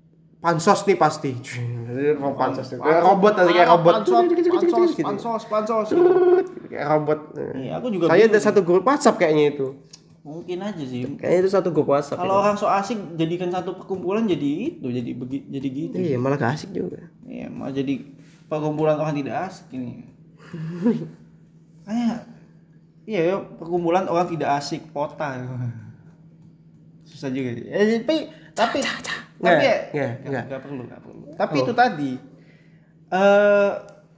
pansos nih pasti. Jadi orang pansos tuh. Kayak robot nanti kayak robot. Pansos, pansos, Gitu. pansos, pansos. Kayak robot. Iya, aku juga Saya bingung. ada satu grup WhatsApp kayaknya itu. Mungkin aja sih. Kayaknya itu satu grup WhatsApp. Kalau orang so asik jadikan satu perkumpulan jadi itu, jadi begi, jadi gitu. Iya, malah gak asik juga. Iya, mau jadi perkumpulan orang tidak asik ini. Kayak iya ya, perkumpulan orang tidak asik pota. Susah juga. Eh, tapi tapi tapi Nggak, ya, nggak, nggak, nggak. nggak perlu, nggak perlu. Tapi Oh. itu tadi eh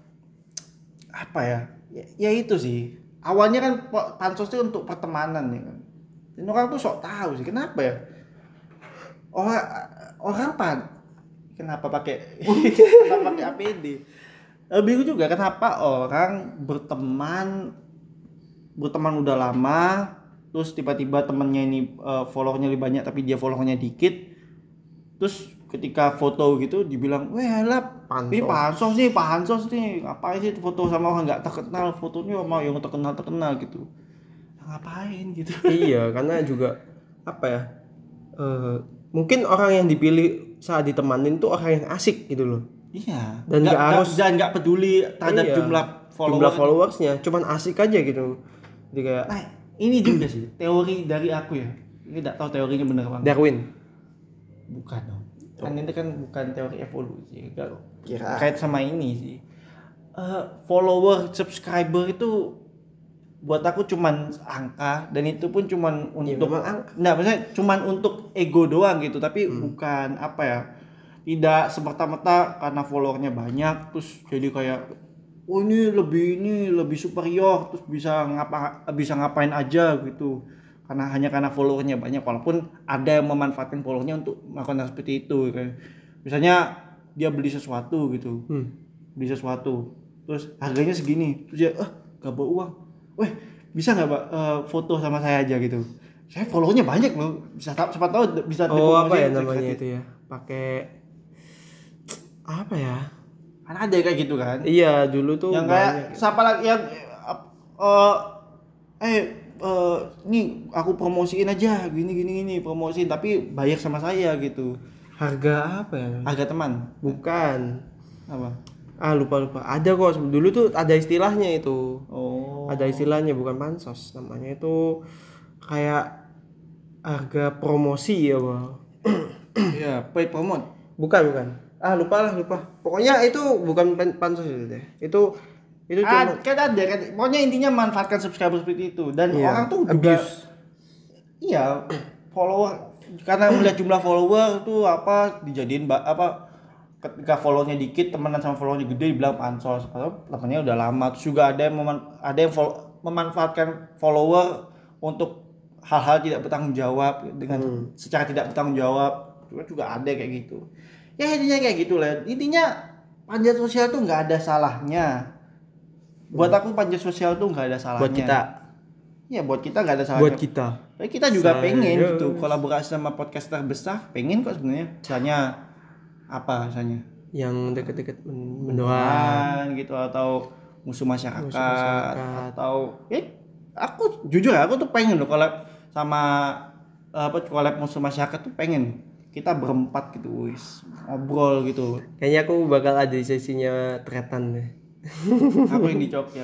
apa ya? ya? Ya itu sih. Awalnya kan po- pansos itu untuk pertemanan ya kan. Dan orang tuh sok tahu sih kenapa ya? Orang orang pan kenapa pakai kenapa pakai A P D? Eh, bingung juga kenapa orang berteman berteman udah lama terus tiba-tiba temennya ini uh, followernya lebih banyak tapi dia followernya dikit, terus ketika foto gitu dibilang weh lah Pansos. ini pansos nih pansos nih ngapain sih foto sama orang nggak terkenal, fotonya sama yang terkenal terkenal gitu, ngapain gitu. Iya, karena juga apa ya? eh, mungkin orang yang dipilih saat ditemanin tuh orang yang asik gitu loh. Iya, Dan nggak nggak harus- dan nggak peduli terhadap Iya. jumlah follower. Jumlah followersnya, cuman asik aja gitu. Jadi kayak Nah, ini juga sih teori dari aku ya. Ini enggak tahu teorinya benar apa enggak. Darwin. Bukan dong. Kan ini kan bukan teori evolusi. Enggak Kira. kait sama ini sih. Eh, follower, subscriber itu buat aku cuman angka, dan itu pun cuman Ya, untuk memang angka. nggak, maksudnya cuman untuk ego doang gitu, tapi Hmm. bukan apa ya, tidak semerta-merta karena followernya banyak terus jadi kayak oh ini lebih ini lebih superior terus bisa ngapa bisa ngapain aja gitu, karena hanya karena followernya banyak, walaupun ada yang memanfaatkan followernya untuk melakukan hal seperti itu, kayak misalnya dia beli sesuatu gitu, Hmm. beli sesuatu terus harganya segini, terus dia ah gak bawa uang, weh bisa nggak pak eh, foto sama saya aja gitu, saya followernya banyak loh, bisa ta- siapa tahu bisa Oh apa ya dipromosiin namanya gratis. itu ya? Pakai apa ya? Kan ada kayak gitu kan, Iya dulu tuh yang banyak. kayak siapa lagi yang eh eh eh nih aku promosiin aja gini gini gini promosiin tapi bayar sama saya gitu, Harga apa ya? harga teman Bukan. apa. Ah lupa lupa. Ada kok dulu tuh ada istilahnya itu. Oh Ada istilahnya bukan bansos. Namanya itu kayak harga promosi ya bang. ya paid promote. Bukan bukan. Ah lupa lah lupa. Pokoknya itu bukan pan- pansos itu deh. Itu itu Ah, cuma kan ada kan, pokoknya intinya manfaatkan subscriber seperti itu, dan iya, orang tuh juga abuse. iya follower, karena melihat jumlah follower tuh apa dijadiin ba- apa ketika followernya dikit temenan sama followernya gede dibilang pansos, padahal temennya udah lama. Terus juga ada yang meman- ada yang follow- memanfaatkan follower untuk hal-hal tidak bertanggung jawab dengan Hmm. secara tidak bertanggung jawab, juga juga ada kayak gitu. Ya intinya kayak gitu lah, intinya panjat sosial tuh nggak ada salahnya. Buat aku panjat sosial tuh nggak ada salahnya. Buat kita. Ya buat kita nggak ada salahnya. Buat kita. Tapi kita juga Saya- pengen gitu kolaborasi sama podcaster besar, pengen kok sebenarnya. Misalnya apa misalnya? Yang deket-deket men- mendoan. Mendoan gitu, atau musuh masyarakat, Musuh masyarakat. atau eh aku jujur ya, aku tuh pengen loh collab sama apa collab musuh masyarakat tuh pengen. Kita berempat gitu, wis ngobrol gitu. Kayaknya aku bakal ada di sesinya tretan deh. Aku yang dicokir.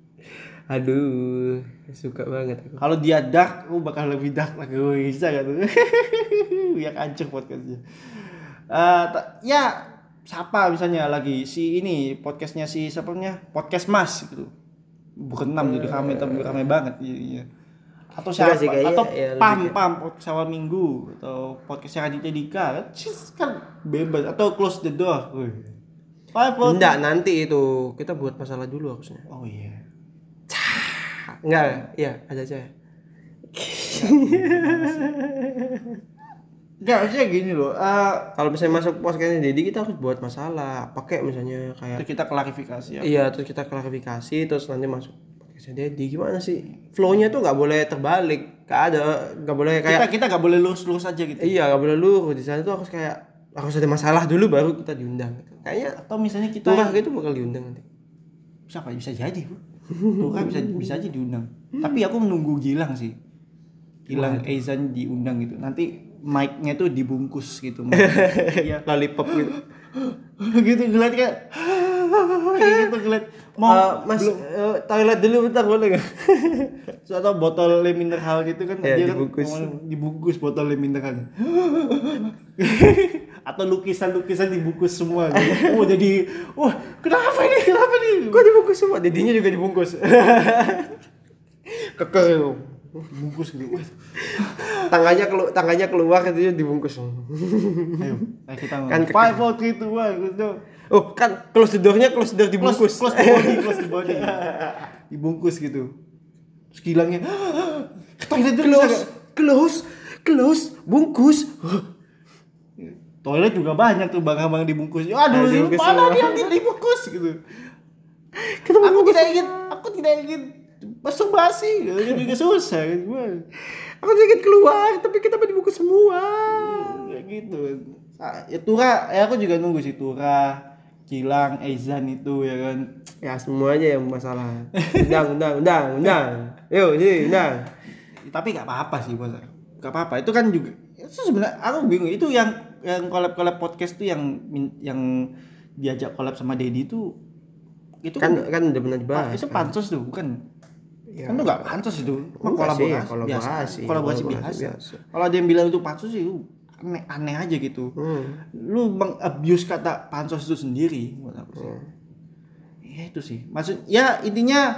Aduh, suka banget aku. Kalau dia dark, aku bakal lebih dark lagi. Wih, bisa gak tuh? Biar hancur podcastnya. Eh, ta- ya, siapa misalnya lagi si ini podcastnya si siapa namanya? Podcast Mas gitu. Berenam jadi rame, tapi rame banget. Iya, iya. Atau siapa? Enggak sih, kayaknya Atau ya lebih Pam kayak- Pam podcast awal minggu, atau podcastnya Raditya Dika kan, cis, kan bebas, atau close the door. Wih. Five, four, Enggak, nanti itu kita buat masalah dulu harusnya. oh iya. Enggak, iya ada aja. Enggak, maksudnya gini loh. eh Kalau misalnya masuk podcastnya Dedi kita harus buat masalah. Pakai misalnya itu kayak kita klarifikasi ya. iya terus kita klarifikasi terus nanti masuk podcastnya Dedi gimana sih? Flow-nya tuh nggak boleh terbalik. Gak ada, nggak boleh Kita kayak kita nggak boleh lurus-lurus aja gitu. iya nggak boleh lurus di sana tuh harus kayak harus ada masalah dulu baru kita diundang. Gitu. Kayaknya Atau misalnya kita Turah gitu bakal diundang nanti. siapa bisa jadi, Bu. Tuh kan bisa bisa aja diundang. Tapi aku menunggu Gilang sih. Gilang Eizan diundang gitu. Nanti mic-nya tuh dibungkus gitu. Iya. Lollipop gitu. gitu ngeliat kayak kayak gitu ngeliat mau Eh, mas eh, toilet dulu bentar boleh nggak? atau botol le mineral gitu kan Ya, dia kan dibungkus. mau dibungkus botol le mineral. Atau lukisan-lukisan dibungkus semua gitu. Oh jadi wah kenapa ini kenapa nih Kok dibungkus semua? Dedinya juga dibungkus. Keker. bungkus gitu. Wah, Tangannya kelu tangannya keluar itu dibungkus. ayo ayo kita Kan kan five four three two one gitu. Oh, kan close the door-nya close the door dibungkus. Close, close the body, close the body. Dibungkus gitu. Terus Gilangnya ke toilet dulu bisa Close, nggak? close, close, bungkus. Toilet juga banyak tuh barang-barang dibungkus. Aduh, Ah, ini dibungkus mana semua. dia tidak dibungkus gitu. Kita Aku tidak ingin, aku tidak ingin masturbasi, gitu juga susah gitu. Aku sedikit keluar, tapi kita mau dibungkus semua. Kayak gitu. Ah, Ya Tura, ya aku juga nunggu sih Tura, Gilang, Eizan itu ya kan. Ya semuanya yang masalah. Undang, undang, undang, undang. Yuk, sini, undang. Tapi nggak apa-apa sih bos, nggak apa-apa. Itu kan juga, itu sebenarnya aku bingung. Itu yang yang collab-collab podcast tuh yang min- yang diajak collab sama Dedi itu, itu Kan kan, kan udah pernah dibahas. itu kan? pansos tuh, bukan? Ya. Kan itu nggak pansos itu, Cuma Enggak sih, kolaborasi, kolaborasi, biasa, kolaborasi, kolaborasi biasa. biasa. Kalau ada yang bilang itu pansos sih, itu aneh, aneh aja gitu. Hmm. Lu meng-abuse kata pansos itu sendiri buat aku sih. Hmm. Ya itu sih. Maksud ya intinya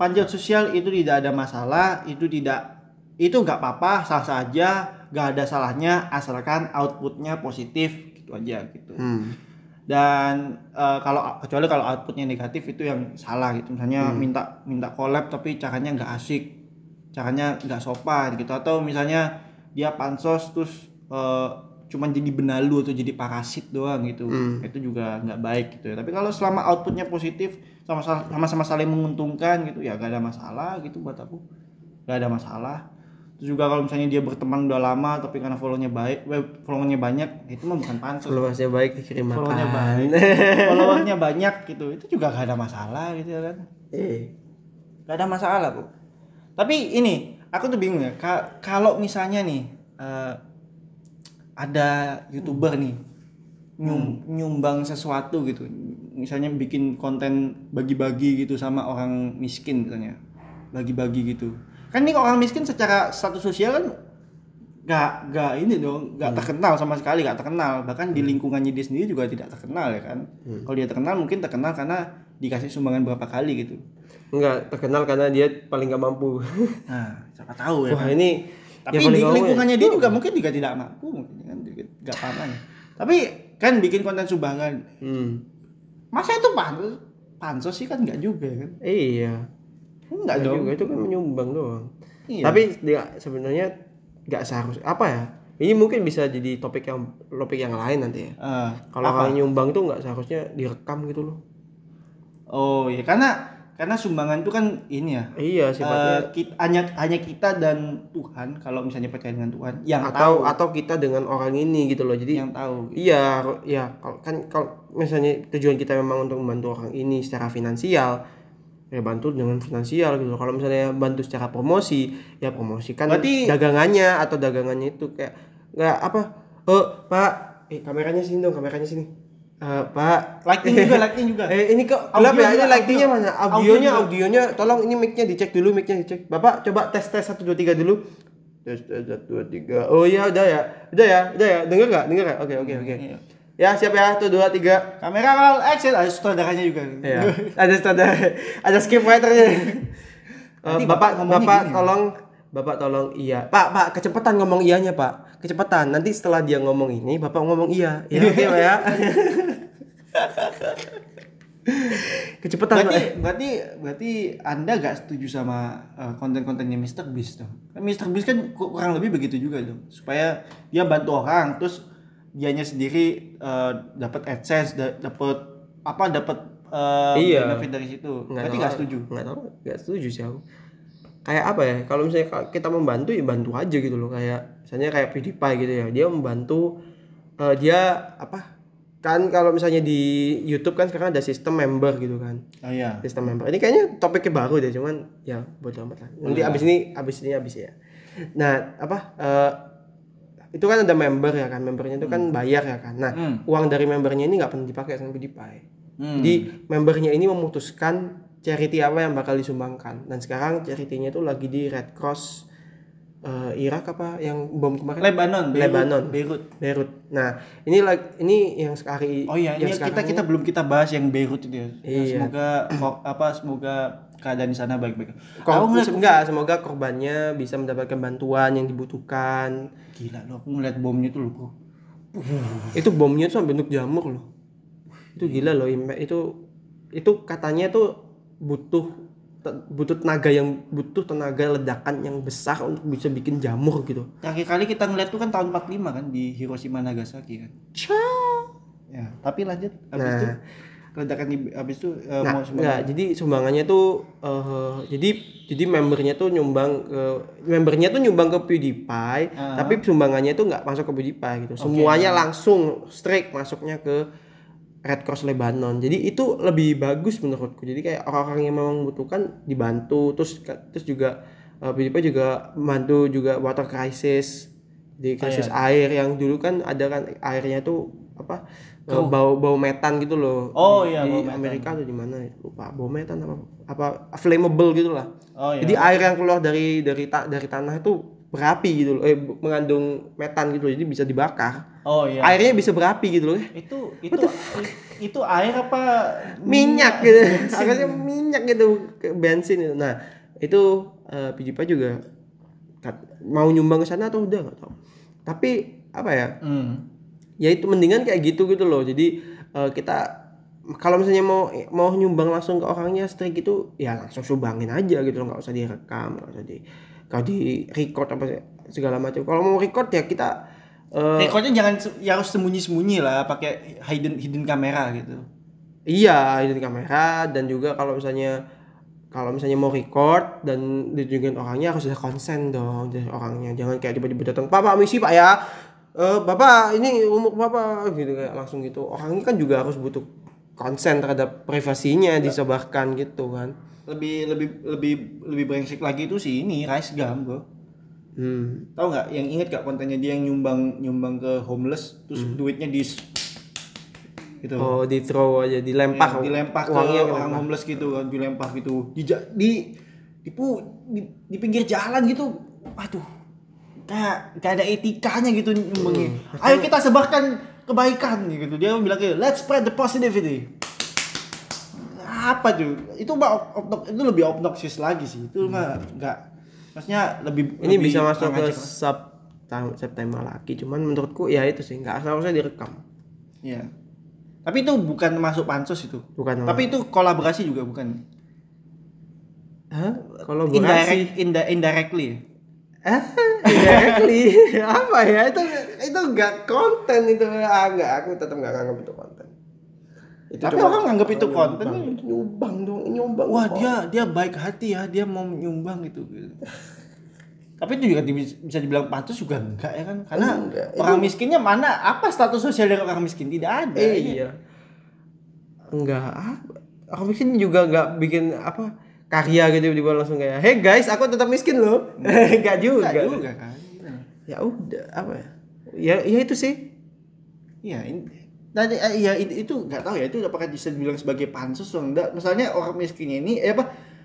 panjat sosial itu tidak ada masalah, itu tidak itu nggak apa-apa, sah saja, nggak ada salahnya asalkan outputnya positif gitu aja gitu. Hmm. Dan uh, kalau kecuali kalau outputnya negatif itu yang salah gitu, misalnya Hmm. minta minta collab tapi caranya nggak asik, caranya nggak sopan gitu, atau misalnya dia pansos terus uh, cuman jadi benalu atau jadi parasit doang gitu, Hmm. itu juga nggak baik gitu ya. Tapi kalau selama outputnya positif, sama-sama saling menguntungkan gitu ya, nggak ada masalah gitu buat aku, nggak ada masalah. Terus juga kalau misalnya dia berteman udah lama tapi karena follow-nya baik, follow-nya banyak, itu mah bukan pansos. Followersnya baik dikirim makan. Follow-nya baik, followernya banyak gitu, itu juga gak ada masalah gitu ya kan. Eh. Gak ada masalah bu. Tapi ini, aku tuh bingung ya, ka- kalau misalnya nih uh, ada YouTuber nih nyum- nyumbang sesuatu gitu, misalnya bikin konten bagi-bagi gitu sama orang miskin misalnya, bagi-bagi gitu. Kan nih orang miskin secara status sosial kan gak, gak ini dong, gak hmm. terkenal sama sekali, gak terkenal. Bahkan hmm. di lingkungannya dia sendiri juga tidak terkenal ya kan. Hmm. Kalau dia terkenal mungkin terkenal karena dikasih sumbangan berapa kali gitu. Enggak, terkenal karena dia paling gak mampu. Nah, siapa tahu ya. Wah, kan? ini tapi di lingkungannya ya? dia juga mungkin juga tidak mampu mungkin kan, gak paham. Tapi kan bikin konten sumbangan. Hmm. Masa itu pansos? Pansos sih kan enggak juga kan. Iya. Enggak dong. Juga, itu kan menyumbang doang. Iya. Tapi dia sebenarnya enggak seharusnya apa ya? Ini mungkin bisa jadi topik yang topik yang lain nanti ya. Uh, Kalau orang nyumbang tuh enggak seharusnya direkam gitu loh. Oh iya, karena karena sumbangan itu kan ini ya. Iya, sifatnya uh, kita, hanya hanya kita dan Tuhan, kalau misalnya percaya dengan Tuhan yang atau tahu. atau kita dengan orang ini gitu loh. Jadi yang tahu. Gitu. Iya, ya kalau kan kalau misalnya tujuan kita memang untuk membantu orang ini secara finansial, ya bantu dengan finansial gitu. Kalau misalnya bantu secara promosi, ya promosikan berarti dagangannya atau dagangannya itu kayak nggak apa? Oh, Pak, eh kameranya sini dong, kameranya sini. Uh, Pak, lighting juga, lighting juga. Eh ini kok gelap ya? Ini lightingnya mana? Audionya, audionya, tolong ini mic-nya dicek dulu, mic-nya dicek. Bapak coba tes tes satu dua tiga dulu. Tes tes satu dua tiga. Oh iya udah ya, udah ya, udah ya. Dengar nggak? Dengar nggak? Oke oke oke. Ya siap ya, tuh dua tiga. Kamera roll action, ada sutradaranya juga. Iya. Ada sutradara, ada script writer-nya. uh, Bapak, Bapak tolong, Bapak tolong iya. Pak, Pak, kecepatan ngomong iyanya, Pak. Kecepatan. Nanti setelah dia ngomong ini, Bapak ngomong iya. Ya oke, Pak ya. Kecepatan. Berarti, Pak. berarti berarti Anda gak setuju sama uh, konten-kontennya mister Beast dong. Kan mister Beast kan kurang lebih begitu juga dong. Supaya dia bantu orang, terus dianya sendiri uh, dapat AdSense, da- dapat apa dapat uh, iya. benefit dari situ. Nggak berarti nggak setuju? Nggak tahu, nggak setuju sih aku. Kayak apa ya? Kalau misalnya kita membantu ya bantu aja gitu loh. Kayak misalnya kayak PewDiePie gitu ya. Dia membantu uh, dia apa? Kan kalau misalnya di YouTube kan sekarang ada sistem member gitu kan. Oh iya. Sistem member. Ini kayaknya topiknya baru deh, cuman ya bodo amat lah. Nanti oh, abis ini abis ini abis ya. Nah, apa? Uh, itu kan ada member ya kan, membernya itu kan bayar ya kan. Nah, hmm. uang dari membernya ini nggak pernah dipakai sama PewDiePie. Hmm. Jadi membernya ini memutuskan charity apa yang bakal disumbangkan. Dan sekarang charity-nya itu lagi di Red Cross uh, Irak apa yang bom kemarin? Lebanon, Beirut, Lebanon, Beirut. Beirut. Nah, ini ini yang sekarang oh iya, yang ini kita kita belum kita bahas yang Beirut itu ya. Iya. Semoga apa semoga keadaan di sana baik-baik. Kor- ngeliat, enggak, semoga korbannya bisa mendapatkan bantuan yang dibutuhkan. Gila loh, aku ngeliat bomnya itu loh, bro. Uh. Itu bomnya tuh bentuk jamur loh. Itu gila loh, itu itu katanya tuh butuh butuh tenaga yang butuh tenaga ledakan yang besar untuk bisa bikin jamur gitu. Terakhir kali kita ngeliat tuh kan tahun empat puluh lima kan di Hiroshima Nagasaki kan. Ciao. Ya, tapi lanjut habis nah. itu ledakan di habis itu uh, nah, mau enggak, jadi sumbangannya tuh uh, jadi jadi membernya tuh nyumbang ke membernya tuh nyumbang ke PewDiePie, uh-huh. tapi sumbangannya tuh nggak masuk ke PewDiePie gitu. Okay. Semuanya langsung straight masuknya ke Red Cross Lebanon. Jadi itu lebih bagus menurutku. Jadi kayak orang-orang yang memang membutuhkan dibantu, terus terus juga uh, PewDiePie juga bantu juga water crisis. Di krisis oh, iya. air yang dulu kan ada kan airnya tuh apa oh. bau bau metan gitu loh. Oh di, iya, di Amerika atau di mana lupa, bau metan apa apa flammable gitu lah. Oh, iya. Jadi air yang keluar dari dari ta, dari tanah itu berapi gitu loh, eh mengandung metan gitu loh, jadi bisa dibakar. Oh iya. Airnya bisa berapi gitu loh. Itu itu itu air apa minyak gitu. Harusnya minyak gitu, ke bensin itu. Nah, itu uh, PewDiePie juga kat- mau nyumbang ke sana atau udah nggak tahu. Tapi apa ya? Hmm. Ya itu mendingan kayak gitu gitu loh. Jadi uh, kita kalau misalnya mau mau nyumbang langsung ke orangnya strike gitu, ya langsung sumbangin aja gitu loh, nggak usah direkam, nggak usah di kalau di record apa segala macam. Kalau mau record ya kita uh, Recordnya jangan se- ya harus sembunyi-sembunyi lah, pakai hidden hidden kamera gitu. iya ini kamera, dan juga kalau misalnya kalau misalnya mau record dan ditunjukin orangnya harus ada konsen dong dari orangnya. Jangan kayak tiba-tiba datang, "Pak, Pak, misi Pak ya. Eh, Bapak ini umur Bapak," gitu kayak langsung gitu. Orangnya kan juga harus butuh konsen terhadap privasinya disebarkan gitu kan. Lebih lebih lebih lebih brengsek lagi itu sih ini Rice Gum bro. Hmm. Tahu nggak? Yang inget gak kontennya dia yang nyumbang nyumbang ke homeless, terus duitnya di gitu. Oh, di throw aja, dilempar. Ya, dilempar ke uangnya orang dilempar. homeless gitu kan, dilempar gitu di ja- di di, pu- di, di pinggir jalan gitu. Aduh, kayak kayak ada etikanya gitu nyumbangnya. Ayo kita sebarkan kebaikan gitu. Dia bilang gitu, let's spread the positivity. Apa tuh? Itu mah ob- obnox- itu lebih obnoxious lagi sih. Itu mah enggak, maksudnya lebih Ini lebih bisa masuk kurang ke ajar lah. sub tam- September lagi, cuman menurutku ya itu sih nggak seharusnya direkam. Iya. Tapi itu bukan masuk pansus itu. Bukan Tapi itu kolaborasi juga bukan. Hah? Kolaborasi. Indirect, indi- indirectly. Ah, exactly. Apa ya itu itu nggak konten itu, ah nggak, aku tetap nggak nganggap itu konten. Itu Tapi cuma orang nganggap itu orang konten nyumbang. nih. Itu nyumbang dong, nyumbang. Wah, kok. dia dia baik hati ya, dia mau nyumbang gitu. gitu. Tapi itu juga di- bisa dibilang pansus juga enggak ya kan? Karena Enggak, orang itu- miskinnya mana? Apa status sosial dari orang miskin? Tidak ada. Eh, iya. Enggak apa. Aku miskin juga nggak bikin apa karya gitu tiba langsung kayak, "Hey guys, aku tetap miskin loh." Enggak juga. Enggak juga kan. Ya udah, apa ya? Ya ya itu sih. Iya, ini tadi eh, iya it- itu nggak tahu ya, itu apakah bisa dibilang sebagai pansus atau enggak. Misalnya orang miskinnya ini eh apa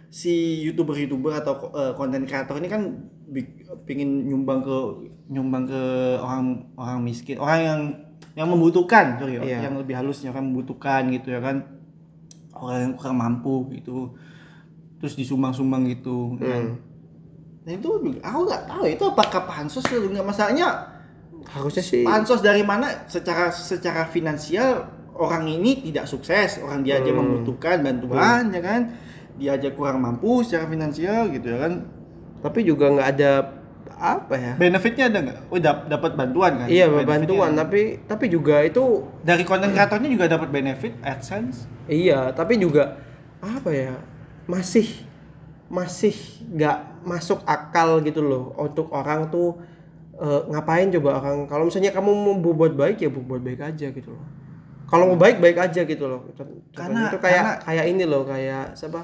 si YouTuber-YouTuber atau konten kreator ini kan bi- pingin nyumbang ke nyumbang ke orang orang miskin, orang yang yang membutuhkan, sorry, Iya. yang lebih halusnya orang membutuhkan gitu ya kan. Orang yang kurang mampu gitu. Terus disumbang-sumbang gitu kan. Hmm. Nah itu juga aku nggak tahu itu apakah pansus atau enggak, masalahnya Harusnya sih. pansos dari mana secara secara finansial orang ini tidak sukses, orang dia aja Hmm. membutuhkan bantuan ya kan, dia aja kurang mampu secara finansial gitu ya kan. Tapi juga nggak ada apa ya? Benefitnya ada nggak? Oh dap- dapat bantuan kan? Iya, Benefitnya. bantuan, tapi tapi juga itu Dari konten kreatornya juga dapat benefit AdSense. iya, tapi juga apa ya? Masih masih nggak masuk akal gitu loh untuk orang tuh eh, ngapain coba orang, kalau misalnya kamu mau berbuat baik ya berbuat baik aja gitu loh. Kalau mau baik baik aja gitu loh. Contohnya Karena- itu kayak karena- kayak ini loh, kayak siapa?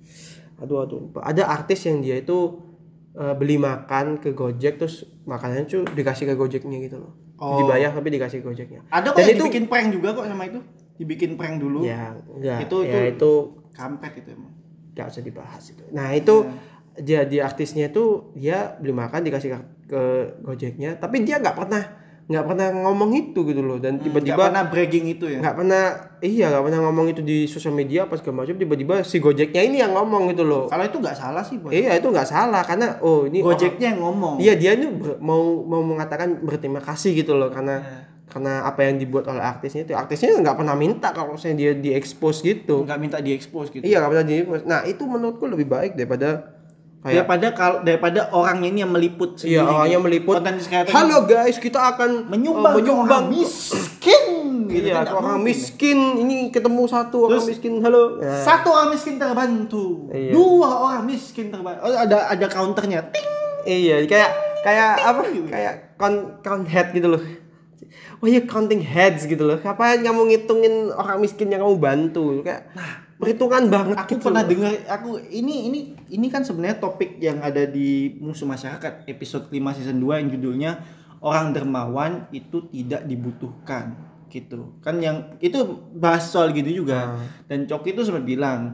Aduh aduh, lupa. Ada artis yang dia itu eh, beli makan ke Gojek, terus makanannya tuh dikasih ke Gojeknya gitu loh. Oh. Dibayar tapi dikasih ke Gojeknya. Ada kok Dan yang itu dibikin prank juga kok sama itu. Dibikin prank dulu. ya enggak, Itu- ya itu- itu Kampret itu emang. nggak usah dibahas itu. Nah itu dia di artisnya itu dia beli makan dikasih ke, ke Gojeknya, tapi dia nggak pernah nggak pernah ngomong itu gitu loh, dan Nggak tiba-tiba pernah bragging itu ya. nggak pernah iya nggak pernah ngomong itu di sosial media pas segala macam, tiba-tiba si Gojeknya ini yang ngomong gitu loh. Kalau itu nggak salah sih buat. Iya itu nggak salah karena oh ini orang- Gojeknya yang ngomong. iya dia ini ber- mau mau mengatakan berterima kasih gitu loh karena Iya. karena apa yang dibuat oleh artisnya itu, artisnya nggak pernah minta kalau misalnya dia diekspos gitu. Nggak minta diekspos gitu. Iya nggak pernah diekspos. Nah itu menurutku lebih baik daripada kayak Daripada kalau daripada orangnya ini yang meliput sendiri. iya orangnya gitu. meliput. Konten kreator Halo guys, kita akan menyumbang, eh, menyumbang ke orang miskin gitu iya, kan, ke nggak orang mungkin. miskin. Ini ketemu satu orang Terus, miskin. Halo. Nah, Satu orang miskin terbantu. Iya. Dua orang miskin terbantu. Oh, ada ada counternya. Ting. iya, kayak kayak apa? Kayak count count head gitu loh. Oh iya counting heads gitu loh. Ngapain kamu ngitungin orang miskin yang kamu bantu? Kayak perhitungan banget Aku gitu pernah loh. dengar, aku ini ini ini kan sebenarnya topik yang ada di Musuh Masyarakat episode lima season dua yang judulnya Orang Dermawan Itu Tidak Dibutuhkan gitu. Kan yang itu bahas soal gitu juga. Hmm. Dan Coki itu sempat bilang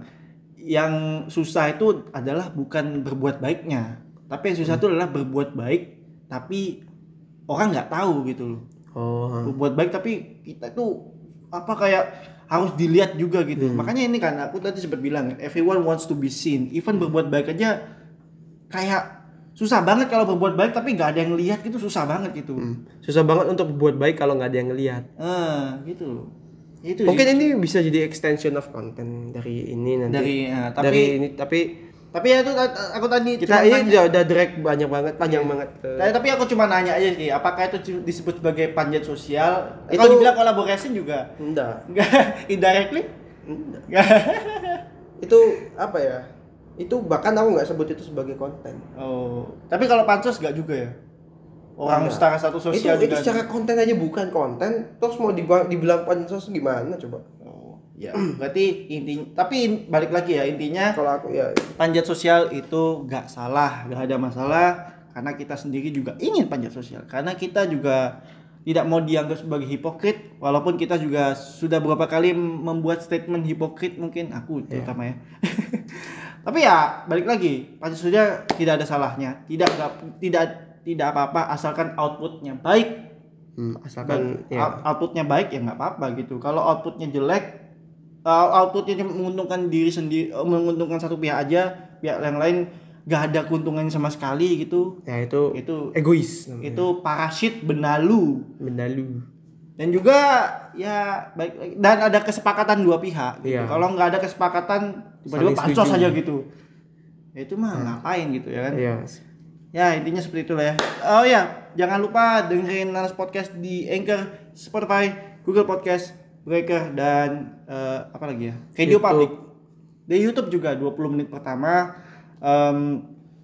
yang susah itu adalah bukan berbuat baiknya, tapi yang susah itu adalah berbuat baik tapi orang nggak tahu gitu loh. Oh. Berbuat baik tapi kita tuh apa kayak harus dilihat juga gitu. Makanya ini kan aku tadi sempat bilang everyone wants to be seen. Even berbuat baik aja kayak susah banget kalau berbuat baik tapi nggak ada yang lihat gitu, susah banget gitu. Hmm. Susah banget untuk berbuat baik kalau nggak ada yang ngelihat. Eh, gitu. Itu Mungkin sih. ini bisa jadi extension of content dari ini nanti. Dari eh, tapi dari ini tapi tapi ya itu aku tadi kita cuma ini nanya. udah, udah drag banyak banget, panjang banget. ke- Tapi, tapi aku cuma nanya aja sih, apakah itu cu- disebut sebagai panjat sosial? Itu- Kalau dibilang collaboration juga Enggak. enggak indirectly? Enggak. Enggak. Itu apa ya? Itu bahkan aku nggak sebut itu sebagai konten. Oh, tapi kalau pansos enggak juga ya? Orang Enggak. setara satu Itu sosial itu juga. secara konten aja bukan konten. Terus mau dibilang, dibilang pansos gimana coba? Oh, ya. Berarti intinya, tapi balik lagi ya intinya Kalau aku ya panjat sosial itu enggak salah, enggak ada masalah karena kita sendiri juga ingin panjat sosial. Karena kita juga tidak mau dianggap sebagai hipokrit walaupun kita juga sudah beberapa kali membuat statement hipokrit mungkin aku terutama ya. Tapi ya balik lagi, panjat sosial tidak ada salahnya, tidak tidak tidak apa-apa asalkan outputnya baik. hmm, asalkan ya. Out- outputnya baik ya nggak apa-apa gitu. Kalau outputnya jelek, uh, outputnya menguntungkan diri sendiri, uh, menguntungkan satu pihak aja, pihak yang lain nggak ada keuntungannya sama sekali gitu. Ya itu Itu egois namanya. itu parasit benalu. Benalu. Dan juga ya baik lagi dan ada kesepakatan dua pihak gitu. Iya. Kalau nggak ada kesepakatan tiba-tiba Saling pansos setuju. aja gitu. Ya itu mah ngapain gitu ya kan? Iya. Ya intinya seperti itulah ya. Oh ya, jangan lupa dengerin Nanas Podcast di Anchor, Spotify, Google Podcast, Breaker dan eh, apa lagi ya? Radio YouTube. Public. Di YouTube juga dua puluh menit pertama. Em,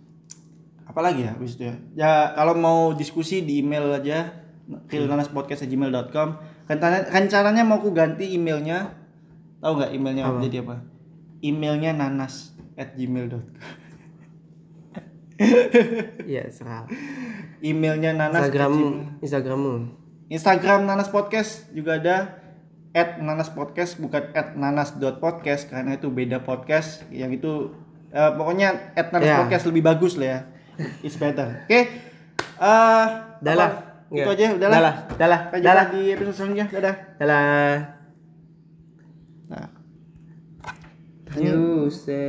apa lagi ya habis itu ya? Ya kalau mau diskusi di email aja kilnanaspodcast at gmail dot com. Rencananya, rencananya mau aku ganti emailnya. Tahu nggak emailnya Apa? jadi apa? Emailnya nanas at gmail dot com. Iya, serah. Emailnya nanas at Instagrammu, gmail. Instagrammu. Instagram Nanas Podcast juga ada at nanas podcast bukan at nanas dot podcast karena itu beda podcast yang itu eh, pokoknya at nanas Ya. podcast lebih bagus lah ya. It's better. Oke. Eh, Dah apa? lah. Itu Enggak. aja udahlah. Dah lah, dah lah, Sampai dah jumpa lah. di episode selanjutnya. Dadah. Dadah. Nah. You say